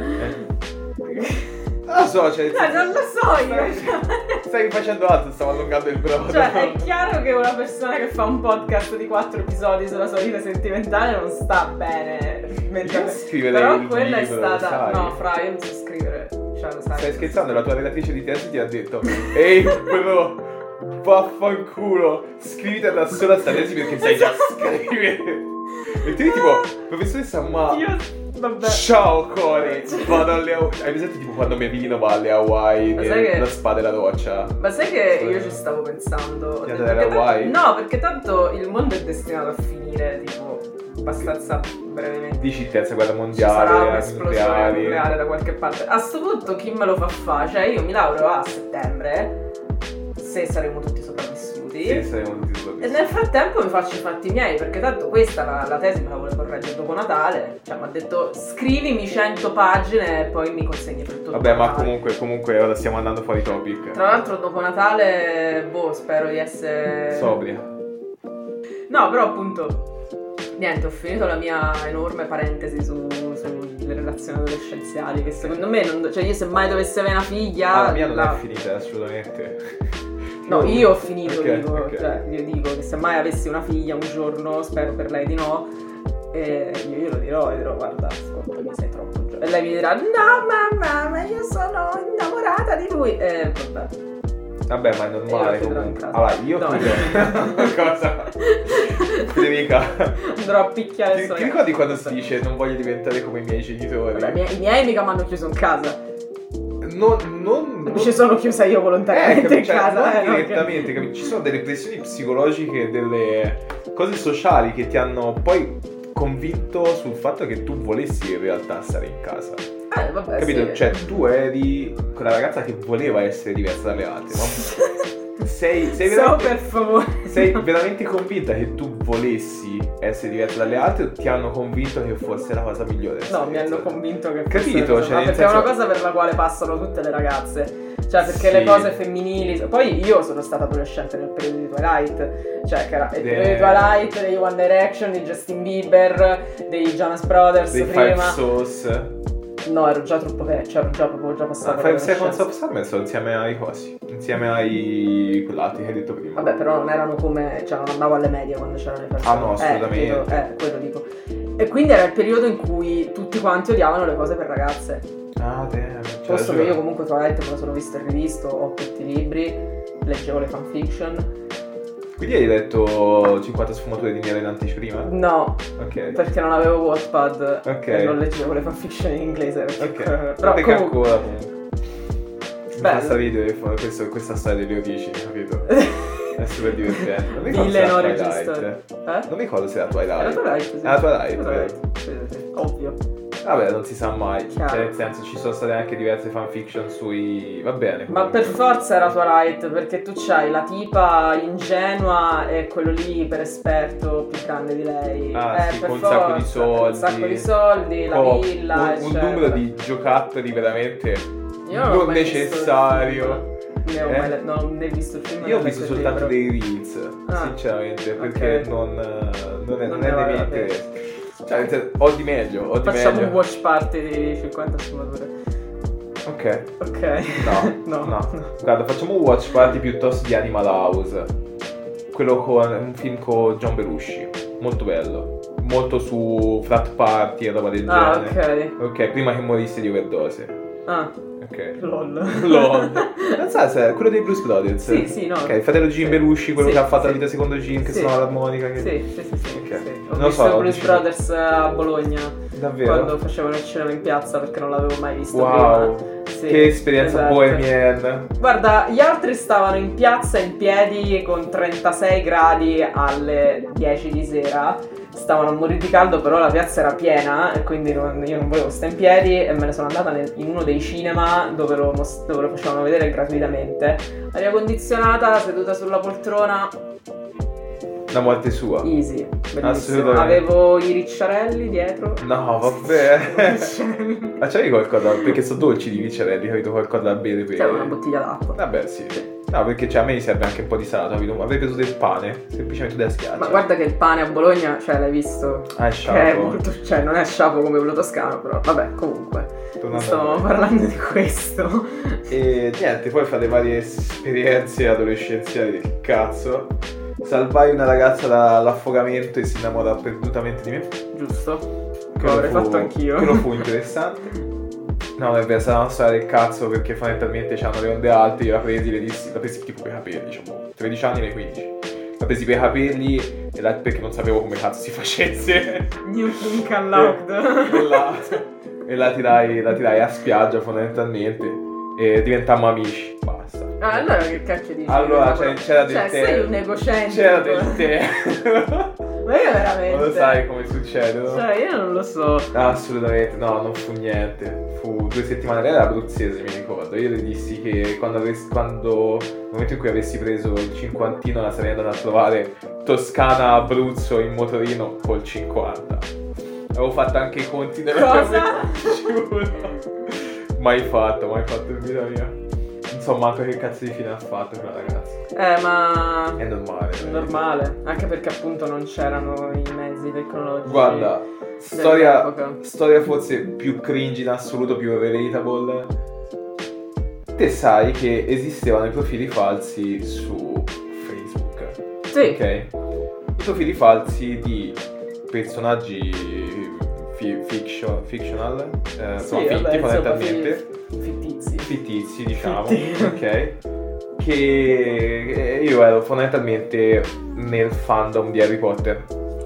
Non lo so, cioè... non lo so io. Stai facendo altro, stavo allungando il brodo. Cioè, è chiaro che una persona che fa un podcast di 4 episodi sulla sua vita sentimentale non sta bene. Però quella è stata... No, fra, io non so scrivere. Cioè, lo sai. Stai scherzando? La tua relatrice di tesi ti ha detto: ehi bro, vaffanculo, scriviti da sola sta tesi perché sai già scrivere. E tu tipo, professoressa, ma... Vabbè. Ciao Cori, vado alle Hawaii. Hai presente tipo quando Mielino va alle Hawaii nella spada e la roccia? Ma sai che io ci stavo pensando? No, perché tanto il mondo è destinato a finire tipo abbastanza brevemente. Dici terza guerra mondiale, ci sarà un'esplosione nucleare da qualche parte. A sto punto chi me lo fa fare? Cioè io mi laureo a settembre, se saremo tutti sopravvissuti. Sì, saremo tutti sopravvissuti. E nel frattempo mi faccio i fatti miei, perché tanto questa la tesi me la vuole correggere dopo Natale. Cioè mi ha detto scrivimi 100 pagine e poi mi consegni tutto. Vabbè, ma comunque ora stiamo andando fuori topic. Tra l'altro dopo Natale, spero di essere sobria. No, però appunto niente, ho finito la mia enorme parentesi sulle relazioni adolescenziali, che secondo me cioè io se mai dovessi avere una figlia la mia non è finita assolutamente. No, io ho finito, okay. Cioè, io dico che se mai avessi una figlia un giorno, spero per lei di no, e io lo dirò, guarda, ascoltami, sei troppo giovane. E lei mi dirà, no mamma, ma io sono innamorata di lui. E vabbè, ma è normale comunque. Allora, io cosa? Federica, andrò a picchiare ti ricordi quando si dice non voglio diventare come i miei genitori? Vabbè, i miei mica mi hanno chiuso in casa. Non ci sono chiusa io volontariamente in casa. Non direttamente, okay. Ci sono delle pressioni psicologiche, delle cose sociali che ti hanno poi convinto sul fatto che tu volessi in realtà stare in casa. Vabbè, capito? Sì. Cioè tu eri quella ragazza che voleva essere diversa dalle altre, ma sei veramente, per favore. Sei veramente convinta che tu volessi essere diversa dalle altre o ti hanno convinto che fosse la cosa migliore? No, mi hanno convinto che fosse capito? Cioè, perché è una cosa per la quale passano tutte le ragazze. Cioè, perché Sì. le cose femminili. Poi io sono stata adolescente nel periodo di Twilight. Cioè, che era il periodo di Twilight, dei One Direction, di Justin Bieber, dei Jonas Brothers dei prima. Five Souls. No, ero già troppo vecchio, ero già passato. Five Seconds of Summer sono insieme ai cosi, insieme ai quell'altri che hai detto prima. Vabbè, però non erano come. Cioè, non andavo alle medie quando c'erano le persone. Ah, no, assolutamente. Quello dico. E quindi era il periodo in cui tutti quanti odiavano le cose per ragazze. Ah, damn. Posto che io comunque Twilight me lo sono visto e rivisto, ho tutti i libri, leggevo le fanfiction. Quindi hai letto 50 sfumature di Nero in anticipo prima? No, Ok. perché non avevo Wattpad Ok. e non leggevo le fanfiction in inglese. Ok. Però Perché comunque. ancora comunque. Mi Bello. basta ridere questa storia delle origini, capito? È super divertente. Non mi ricordo se Dille era non Twilight. registrate. Non mi ricordo se era Twilight. Era Twilight, sì. Era Twilight, Era vero. sì, ovvio. Vabbè, non si sa mai. Chiaro. Cioè, nel senso, ci sono state anche diverse fanfiction sui. Va bene. Ma comunque. per forza era Twilight, perché tu c'hai la tipa ingenua e quello lì per esperto più grande di lei. Ah, sì, per con un sacco di forza, soldi. Un sacco di soldi, la Oh, villa, un eccetera. numero di giocattoli veramente Io non ho non mai visto il necessario. Ne ho mai non ho né visto il film. Io ho né visto letto il soltanto libro. dei reels, Ah, sinceramente, perché ok. non è Non nei ne vale miei la pena. interessi. Cioè, ho di meglio, Facciamo meglio. un watch party di 50 sfumature. Ok. Ok. No. Guarda, facciamo un watch party piuttosto di Animal House. Quello con un film con John Belushi. Molto bello. Molto su frat party e roba del Ah, genere. ok. Ok, prima che morisse di overdose. Ah, Ok. lol. Lol. Non so se è quello dei Blues Brothers. Sì, no. Ok, il fratello Jim Sì. Belushi, quello Sì, che ha fatto sì. la vita secondo Jim, che Sì. suona l'armonica. Che... Sì. Ok. Sì. Ho Non lo visto so, Blues dicevo- Brothers a Bologna. Davvero? Quando facevano il cinema in piazza, perché non l'avevo mai visto Wow. prima. Sì, Che esperienza esatto. bohemian. Guarda, gli altri stavano in piazza in piedi con 36 gradi alle 10 di sera. Stavano a morire di caldo, però la piazza era piena e quindi io non volevo stare in piedi e me ne sono andata in uno dei cinema dove lo facevano vedere gratuitamente. Aria condizionata, seduta sulla poltrona, La morte sua. easy, bellissimo. Assolutamente. Avevo i ricciarelli dietro. No, vabbè. Ma c'avevi qualcosa? Perché sono dolci di ricciarelli, capito? Qualcosa da bere per... C'è una bottiglia d'acqua. Vabbè, sì. No, perché cioè, a me mi serve anche un po' di salato, capito? Ma avrei preso del pane, semplicemente da schiaccia. Ma guarda che il pane a Bologna, cioè l'hai visto? Ah, è Che è sciapo. molto, cioè non è sciapo come quello toscano, però vabbè, comunque. Non Tornando a stavamo noi. parlando di questo. E niente, poi fra le varie esperienze adolescenziali del cazzo, salvai una ragazza dall'affogamento e si innamorò perdutamente di me. Giusto? Che Quello l'avrei fu- fatto anch'io. Quello fu interessante. No, è vero, sarà una storia del cazzo perché fondamentalmente c'hanno le onde alte, io la presi tipo per i capelli, diciamo, 13 anni nei 15. La presi per i capelli e perché non sapevo come cazzo si facesse. New Pink Unlocked. E la tirai a spiaggia fondamentalmente e diventammo amici, basta. Ah, allora che cacchio dici? Allora c'era del tè. sei un egocentrico. C'era del tè. Ma io veramente. Non lo sai come succede, no? Cioè, io non lo so. Assolutamente, no, non fu niente. Fu 2 settimane, lei era abruzzese, mi ricordo. Io le dissi che nel momento in cui avessi preso il cinquantino la sarei andata a trovare Toscana Abruzzo in motorino col 50. Avevo fatto anche i conti delle Cosa? giuro. Mai fatto in vita mia. Non so manco che cazzo di fine ha fatto quella ragazza. Ma È normale. è normale, anche perché appunto non c'erano i mezzi tecnologici. Guarda, dell'epoca. storia forse più cringe in assoluto, più relatable. Te sai che esistevano i profili falsi su Facebook. Sì. Ok? I profili falsi di personaggi fictional, Sì, finti vabbè, fondamentalmente. Fittizi, diciamo. Fitti. Ok? Che io ero fondamentalmente nel fandom di Harry Potter.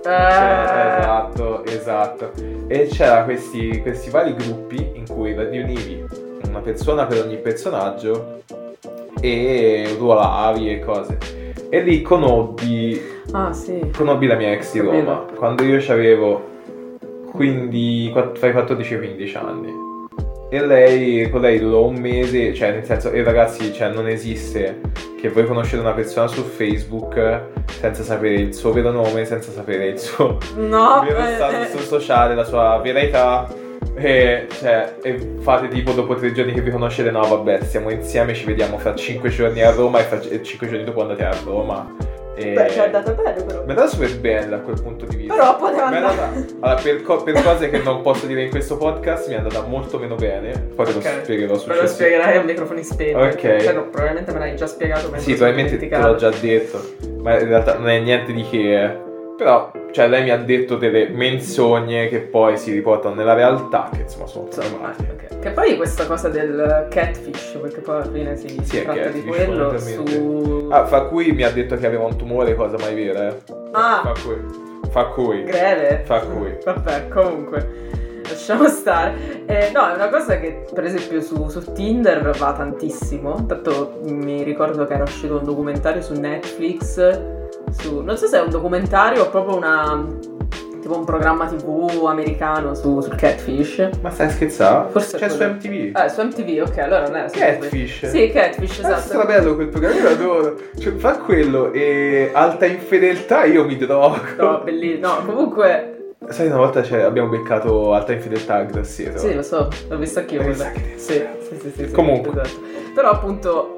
Esatto. E c'era questi vari gruppi in cui riunivi una persona per ogni personaggio e ruolavi e cose. E lì conobbi la mia ex di Roma, quando io avevo fra i 14 e i 15 anni. E con lei durò un mese, cioè nel senso, ragazzi, cioè non esiste che voi conoscete una persona su Facebook senza sapere il suo vero nome, senza sapere il suo No, vero status sociale, la sua vera età, E fate tipo dopo 3 giorni che vi conoscete, no vabbè, stiamo insieme, ci vediamo fra 5 giorni a Roma e 5 giorni dopo andate a Roma. Beh, ci è andata bene però. Mi è andata super bene da quel punto di vista. Però poteva andare. Allora, per cose che non posso dire in questo podcast mi è andata molto meno bene. Poi te lo spiegherò successivamente. Poi lo spiegherai a microfoni spenti. Ok. Cioè, no, probabilmente me l'hai già spiegato. Sì, probabilmente te l'ho già detto. Ma in realtà non è niente di che. Però, cioè, lei mi ha detto delle menzogne che poi si riportano nella realtà, che insomma sono problematiche. Okay. Che poi questa cosa del catfish, perché poi alla fine si tratta catfish, di quello su... fra cui mi ha detto che aveva un tumore, cosa mai vera, eh? Fa cui. Greve? Fa cui. Vabbè, comunque, lasciamo stare. No, è una cosa che per esempio su Tinder va tantissimo. Tanto mi ricordo che era uscito un documentario su Netflix non so se è un documentario o proprio tipo un programma TV americano sul catfish. Ma stai scherzando? Forse c'è su MTV. Su MTV, ok, allora non è su Catfish? MTV. Sì, Catfish, esatto. È strabello quel programma, io lo adoro. Cioè, fa quello e alta infedeltà io mi drogo. No, bellissimo. No, comunque... Sai, una volta abbiamo beccato alta infedeltà a Grosseto. Sì, lo so, l'ho visto anch'io. Sì. Comunque. Esatto. Però appunto...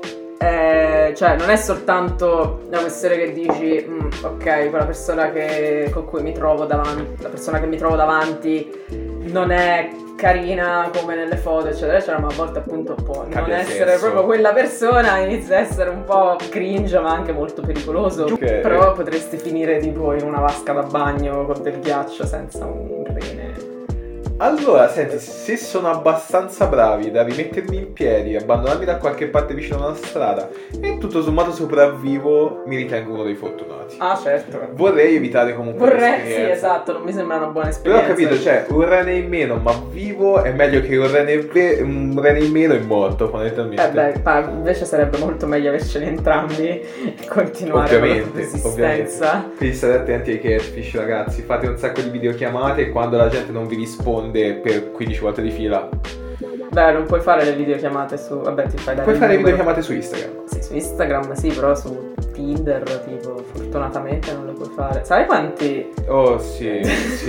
cioè non è soltanto una questione che dici ok, quella persona con cui mi trovo davanti, la persona che mi trovo davanti non è carina come nelle foto eccetera, ma a volte appunto può non essere proprio quella persona, inizia a essere un po' cringe ma anche molto pericoloso, okay. Però potresti finire tipo in una vasca da bagno con del ghiaccio senza un rene. Allora, senti, se sono abbastanza bravi da rimettermi in piedi, abbandonarmi da qualche parte vicino a una strada e tutto sommato sopravvivo, mi ritengo uno dei fortunati. Ah, certo. Vorrei evitare comunque sì, esatto, non mi sembra una buona esperienza. Però ho capito, cioè, un rene in meno ma vivo è meglio che un rene in meno e morto, fondamentalmente. Invece sarebbe molto meglio averceli entrambi e continuare con la resistenza. Quindi state attenti ai catfish, ragazzi, fate un sacco di videochiamate e quando la gente non vi risponde per 15 volte di fila. Beh, non puoi fare le videochiamate su... Vabbè, ti fai dare. Puoi fare le videochiamate su Instagram. Sì, su Instagram sì, però su Tinder, tipo, fortunatamente non le puoi fare. Sai quanti... Oh, sì,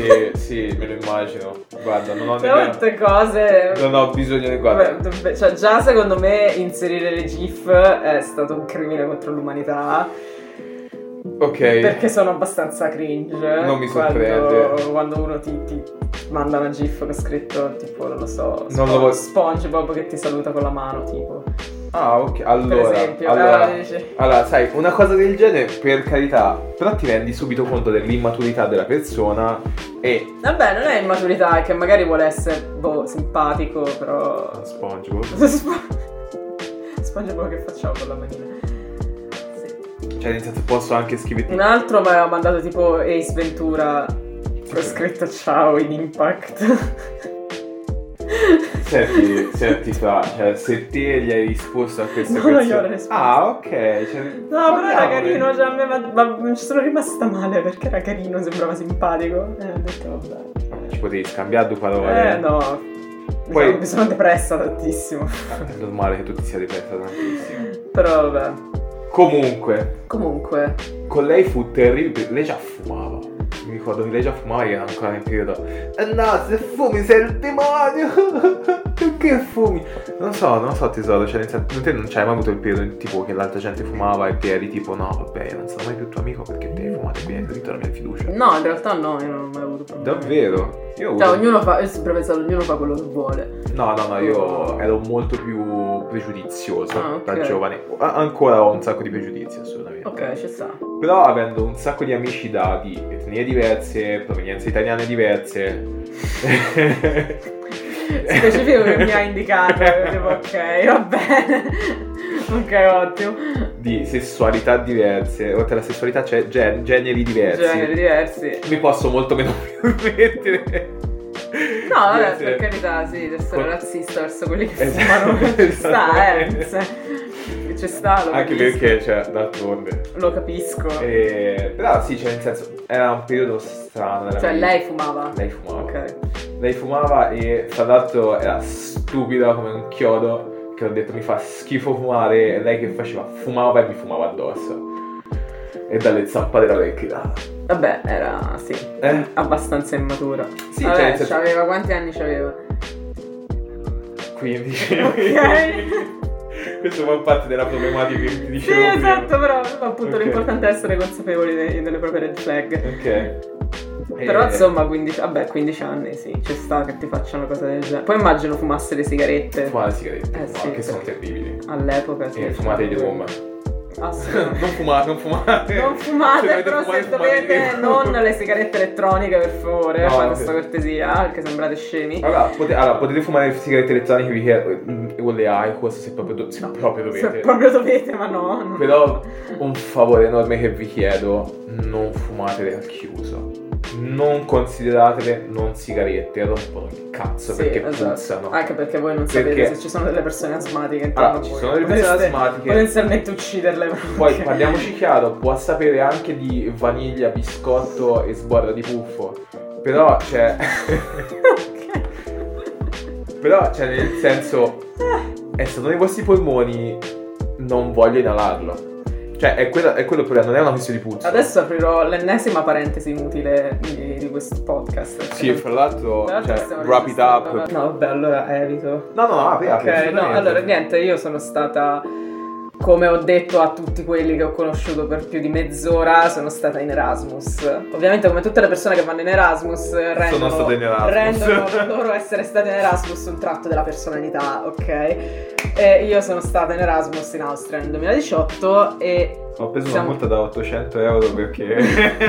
me lo immagino. Guarda, non ho molte cose... Non ho bisogno di... Guarda. Cioè, già secondo me inserire le GIF è stato un crimine contro l'umanità. Ok. Perché sono abbastanza cringe. Non mi sorprende. Quando uno ti manda una GIF con scritto tipo, non lo so, SpongeBob che ti saluta con la mano, tipo. Ah, ok. Allora, per esempio, allora, sai, una cosa del genere, per carità, però ti rendi subito conto dell'immaturità della persona e... Vabbè, non è immaturità, è che magari vuole essere, simpatico, però... SpongeBob? SpongeBob che facciamo con la manina? Cioè, nel senso, posso anche scriverti... Un altro mi aveva mandato tipo Ace Ventura con scritto ciao in Impact. Senti fra, cioè, se te gli hai risposto a questa persona... No, io ho risposto. Ah, ok. Cioè, no, però era carino, cioè, ma ci sono rimasta male perché era carino, sembrava simpatico. Ho detto vabbè. Ci potevi scambiare due parole. No. Poi mi sono depressa tantissimo. È normale che tu ti sia depressa tantissimo. Però vabbè. Comunque. Con lei fu terribile. Lei già fumava. Mi ricordo che lei già fumava e era ancora nel periodo. No, se fumi sei il demonio. Perché fumi? Non so tesoro. Cioè, te non c'hai mai avuto il periodo tipo che l'altra gente fumava e te eri tipo no vabbè, non sono mai più tuo amico perché te fumate bene, ritorna in fiducia. No, in realtà no, io non ho mai avuto problemi. Davvero? Io ho sempre pensato, ognuno fa quello che vuole. No, io ero molto più pregiudizioso da giovane. Ancora ho un sacco di pregiudizi, assolutamente. Ok, ci sta. Però avendo un sacco di amici di etnie diverse, provenienze italiane diverse. Specifico che mi ha indicato. Ok, va bene. Ok, ottimo. Di sessualità diverse. Oltre alla sessualità c'è generi diversi. Mi posso molto meno permettere. No, vabbè, per carità, sì, essere razzista verso quelli che fumano. Ci sta, lo anche capisco. Perché, cioè, d'altronde. Lo capisco. Però sì, cioè, nel senso, era un periodo strano. Cioè, lei fumava? Lei fumava. Ok. Lei fumava e, tra l'altro, era stupida come un chiodo, che ho detto mi fa schifo fumare, e lei che faceva? Fumava e mi fumava addosso. E dalle zampate l'avrei tirata. Vabbè, era, sì, abbastanza immatura. Sì, vabbè, c'aveva, quanti anni c'aveva? 15. Ok. Questo fa parte della problematica che ti Sì, dicevo prima. esatto, però appunto Ok. l'importante è essere consapevoli delle proprie red flag. Ok. Però insomma 15 anni sì, ci sta che ti facciano cose del genere. Poi immagino fumasse le sigarette. Fumate sigarette, sì, che sono perché terribili. all'epoca sì. E fumate di gomma. Assolutamente. Non fumate. Non Se fumate, dovete però fumare, se fumate dovete di- non le sigarette elettroniche per favore, No, fate ok. questa cortesia, perché sembrate scemi. Allora, potete fumare le sigarette elettroniche con le IQOS se proprio, dovete. Se proprio dovete, ma no. Però un favore enorme che vi chiedo, non fumatele al chiuso. Non consideratele non sigarette, rompono il cazzo Sì, perché esatto. puzzano. Anche perché voi non sapete Perché- se ci sono delle persone asmatiche intorno Allora, a ci voi. sono delle persone Potreste asmatiche. potenzialmente ucciderle. Poi Ok. parliamoci chiaro, può sapere anche di vaniglia, biscotto e sborra di puffo. Però, cioè. Però, cioè, nel senso, è stato nei vostri polmoni, non voglio inalarlo. Cioè, è quello il problema, non è una questione di puzza. Adesso aprirò l'ennesima parentesi inutile di questo podcast. Sì, fra l'altro, Tra l'altro cioè, stiamo wrap it registrando- up. No, vabbè, allora evito. No, apri, Ok, no, assolutamente. allora niente, io sono stata, come ho detto a tutti quelli che ho conosciuto per più di mezz'ora, sono stata in Erasmus. Ovviamente come tutte le persone che vanno in Erasmus rendono, stata in Erasmus. rendono loro essere state in Erasmus un tratto della personalità, ok? E io sono stata in Erasmus in Austria nel 2018 e Ho preso siamo- una multa da 800 euro perché...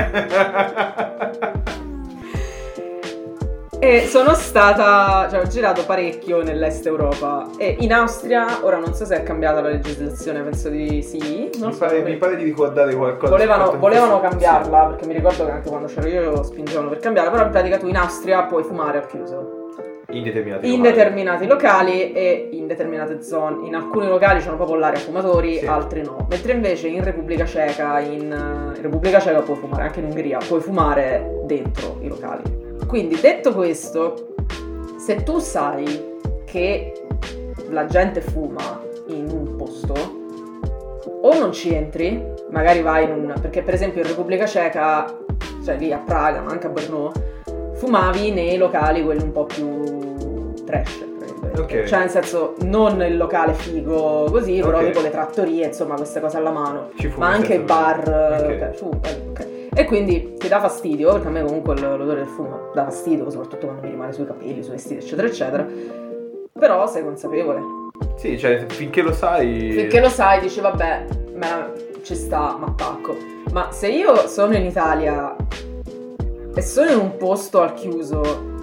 E sono stata, cioè ho girato parecchio nell'est Europa e in Austria, ora non so se è cambiata la legislazione, penso di sì. Non so, mi pare di ricordare qualcosa. volevano Sì. cambiarla, perché mi ricordo che anche quando c'ero io spingevano per cambiarla, però in pratica tu in Austria puoi fumare al chiuso. In determinati In locali. determinati locali e in determinate zone. In alcuni locali c'hanno proprio l'area fumatori, Sì. altri no. Mentre invece in Repubblica Ceca, in Repubblica Ceca puoi fumare, anche in Ungheria, puoi fumare dentro i locali. Quindi detto questo, se tu sai che la gente fuma in un posto, o non ci entri, magari vai in un... perché per esempio in Repubblica Ceca, cioè lì a Praga, ma anche a Brno, fumavi nei locali quelli un po' più trash, tra virgolette. Ok. Cioè nel senso non il locale figo così, però Ok. tipo le trattorie, insomma queste cose alla mano, Ci fumi ma anche i senza bar, problemi. Ok. ok. E quindi ti dà fastidio, perché a me comunque l'odore del fumo dà fastidio, soprattutto quando mi rimane sui capelli, sui vestiti, eccetera, eccetera. Però sei consapevole. Sì, cioè, finché lo sai... Finché lo sai, dici vabbè, ci sta, ma attacco. Ma se io sono in Italia e sono in un posto al chiuso,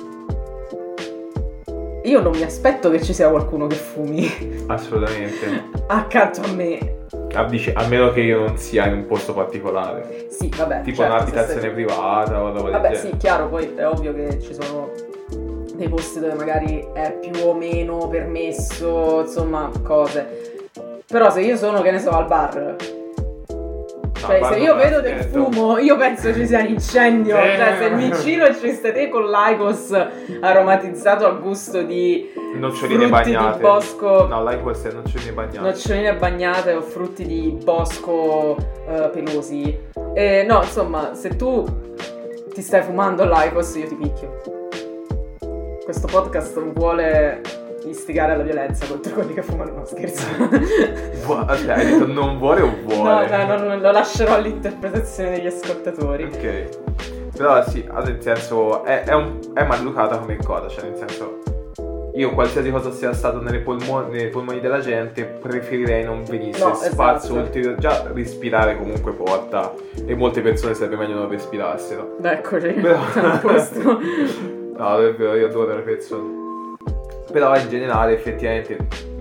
io non mi aspetto che ci sia qualcuno che fumi Assolutamente. accanto a me. Dici, a meno che io non sia in un posto particolare. Sì, vabbè. Tipo certo, un'abitazione se sei- privata o roba del Vabbè, genere. sì, chiaro, poi è ovvio che ci sono dei posti dove magari è più o meno permesso, insomma, cose. Però se io sono, che ne so, al bar, cioè se io vedo del fumo, io penso ci sia un incendio. Cioè se mi giro e ci stai te con l'Aicos aromatizzato al gusto di Noccioline frutti bagnate. di bosco, No, l'Aicos è noccioline bagnate. noccioline bagnate o frutti di bosco pelosi. No, insomma, se tu ti stai fumando l'Aicos, io ti picchio. Questo podcast non vuole istigare alla violenza contro quelli che fumano, no, scherzo. Aspetta, hai detto non vuole o vuole? No, non lo lascerò all'interpretazione degli ascoltatori. Ok. Però sì, nel senso, è maleducata come cosa, cioè nel senso... Io qualsiasi cosa sia stato nei polmoni della gente, preferirei non venisse No, spazio esatto. ulteriore. Già respirare comunque porta, e molte persone sarebbe meglio non respirassero. Eccoci, Però- siamo a posto. No, è vero, io adoro le persone. Però in generale effettivamente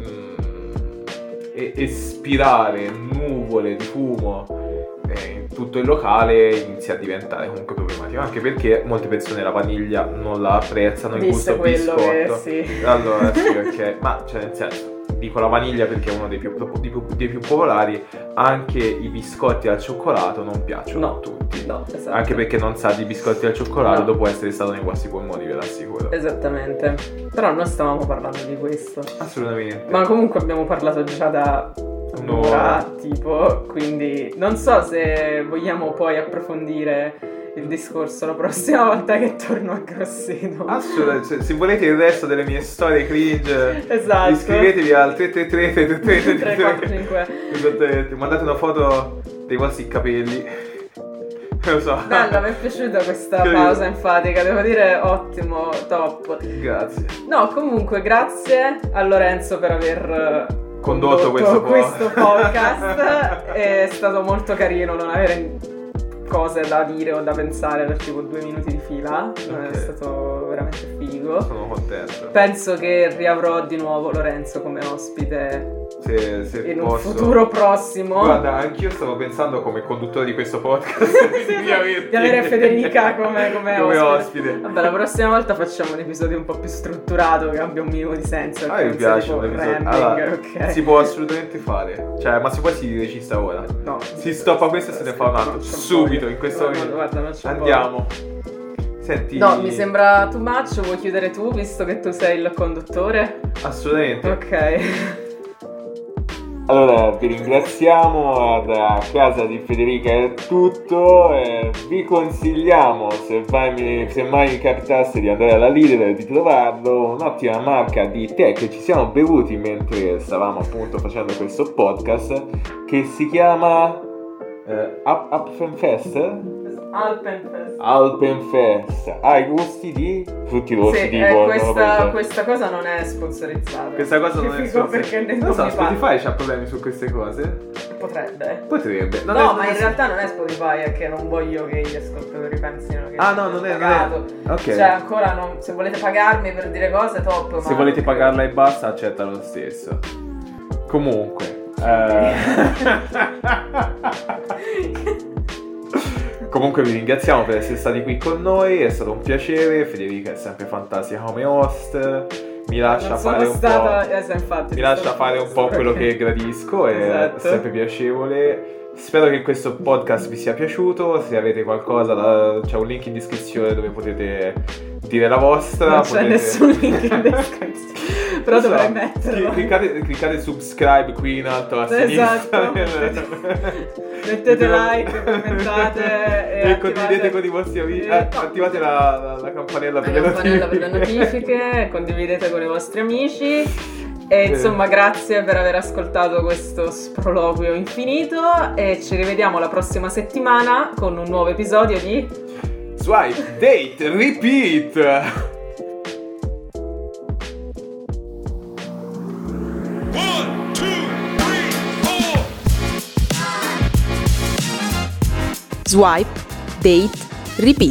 espirare nuvole di fumo in tutto il locale inizia a diventare comunque problematico, anche perché molte persone la vaniglia non la apprezzano, il Visto gusto quello che biscotto. sì. Allora sì, ok, ma cioè nel senso, dico la vaniglia perché è uno dei più popolari. Anche i biscotti al cioccolato non piacciono No, a tutti. no, esatto. Anche perché non sa di biscotti al cioccolato No. dopo essere stato nei vostri polmoni, ve l'assicuro. Esattamente. Però noi stavamo parlando di questo. Assolutamente. Ma comunque abbiamo parlato già da un'ora, tipo, quindi non so se vogliamo poi approfondire il discorso la prossima volta che torno a Grosseto. Assolutamente, se volete il resto delle mie storie cringe, esatto, iscrivetevi al 333 345. Esattamente, mandate una foto dei vostri capelli. Lo so. Bella, mi è piaciuta questa pausa enfatica, devo dire ottimo, top. Grazie. No, comunque grazie a Lorenzo per aver condotto questo podcast. È stato molto carino non avere cose da dire o da pensare per tipo 2 minuti di fila. Okay. È stato veramente figo. Sono contento. Penso che riavrò di nuovo Lorenzo come ospite se in posso. un futuro prossimo. Guarda, anch'io stavo pensando come conduttore di questo podcast di avere Federica come ospite. Vabbè, la prossima volta facciamo un episodio un po' più strutturato, che abbia un minimo di senso. A me piace tipo un episodio. random, Allora, okay. Si può assolutamente fare. Cioè, ma se poi si regista ora. No. Si stoppa questo e se ne fa un altro. Subito, in questo momento. Guarda, non c'è Andiamo. Senti. No, mi sembra too much. Vuoi chiudere tu, visto che tu sei il conduttore? Assolutamente. Ok. Allora, vi ringraziamo, da casa di Federica è tutto, vi consigliamo, se mai vi capitasse di andare alla Lidl, di trovarlo, un'ottima marca di tè che ci siamo bevuti mentre stavamo appunto facendo questo podcast, che si chiama Alpenfest. Ha i gusti di frutti rossi, sì, tipo questa cosa non è sponsorizzata. Questa cosa non è sponsorizzata perché non so, Spotify c'ha problemi su queste cose? Potrebbe. Ma in realtà non è Spotify, è che non voglio che gli ascoltatori pensino che non è pagato. Ok. Cioè ancora non, se volete pagarmi per dire cose top, se volete pagarla e basta, accetta lo stesso. Comunque Comunque vi ringraziamo per essere stati qui con noi, è stato un piacere. Federica è sempre fantastica come host, mi lascia fare un po'. Mi lascia fare un po' quello che gradisco, è sempre piacevole. Spero che questo podcast vi sia piaciuto. Se avete qualcosa, c'è un link in descrizione dove potete dire la vostra. Non c'è nessun link in descrizione. Però dovrei metterlo. Cliccate subscribe qui in alto a sinistra. Mettete like, commentate e condividete con i vostri amici. Attivate la campanella per le notifiche. Condividete con i vostri amici. E insomma, grazie per aver ascoltato questo sproloquio infinito. E ci rivediamo la prossima settimana con un nuovo episodio di Swipe, Date, Repeat. Swipe, Date, Repeat.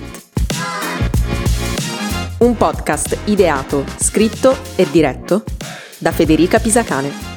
Un podcast ideato, scritto e diretto da Federica Pisacane.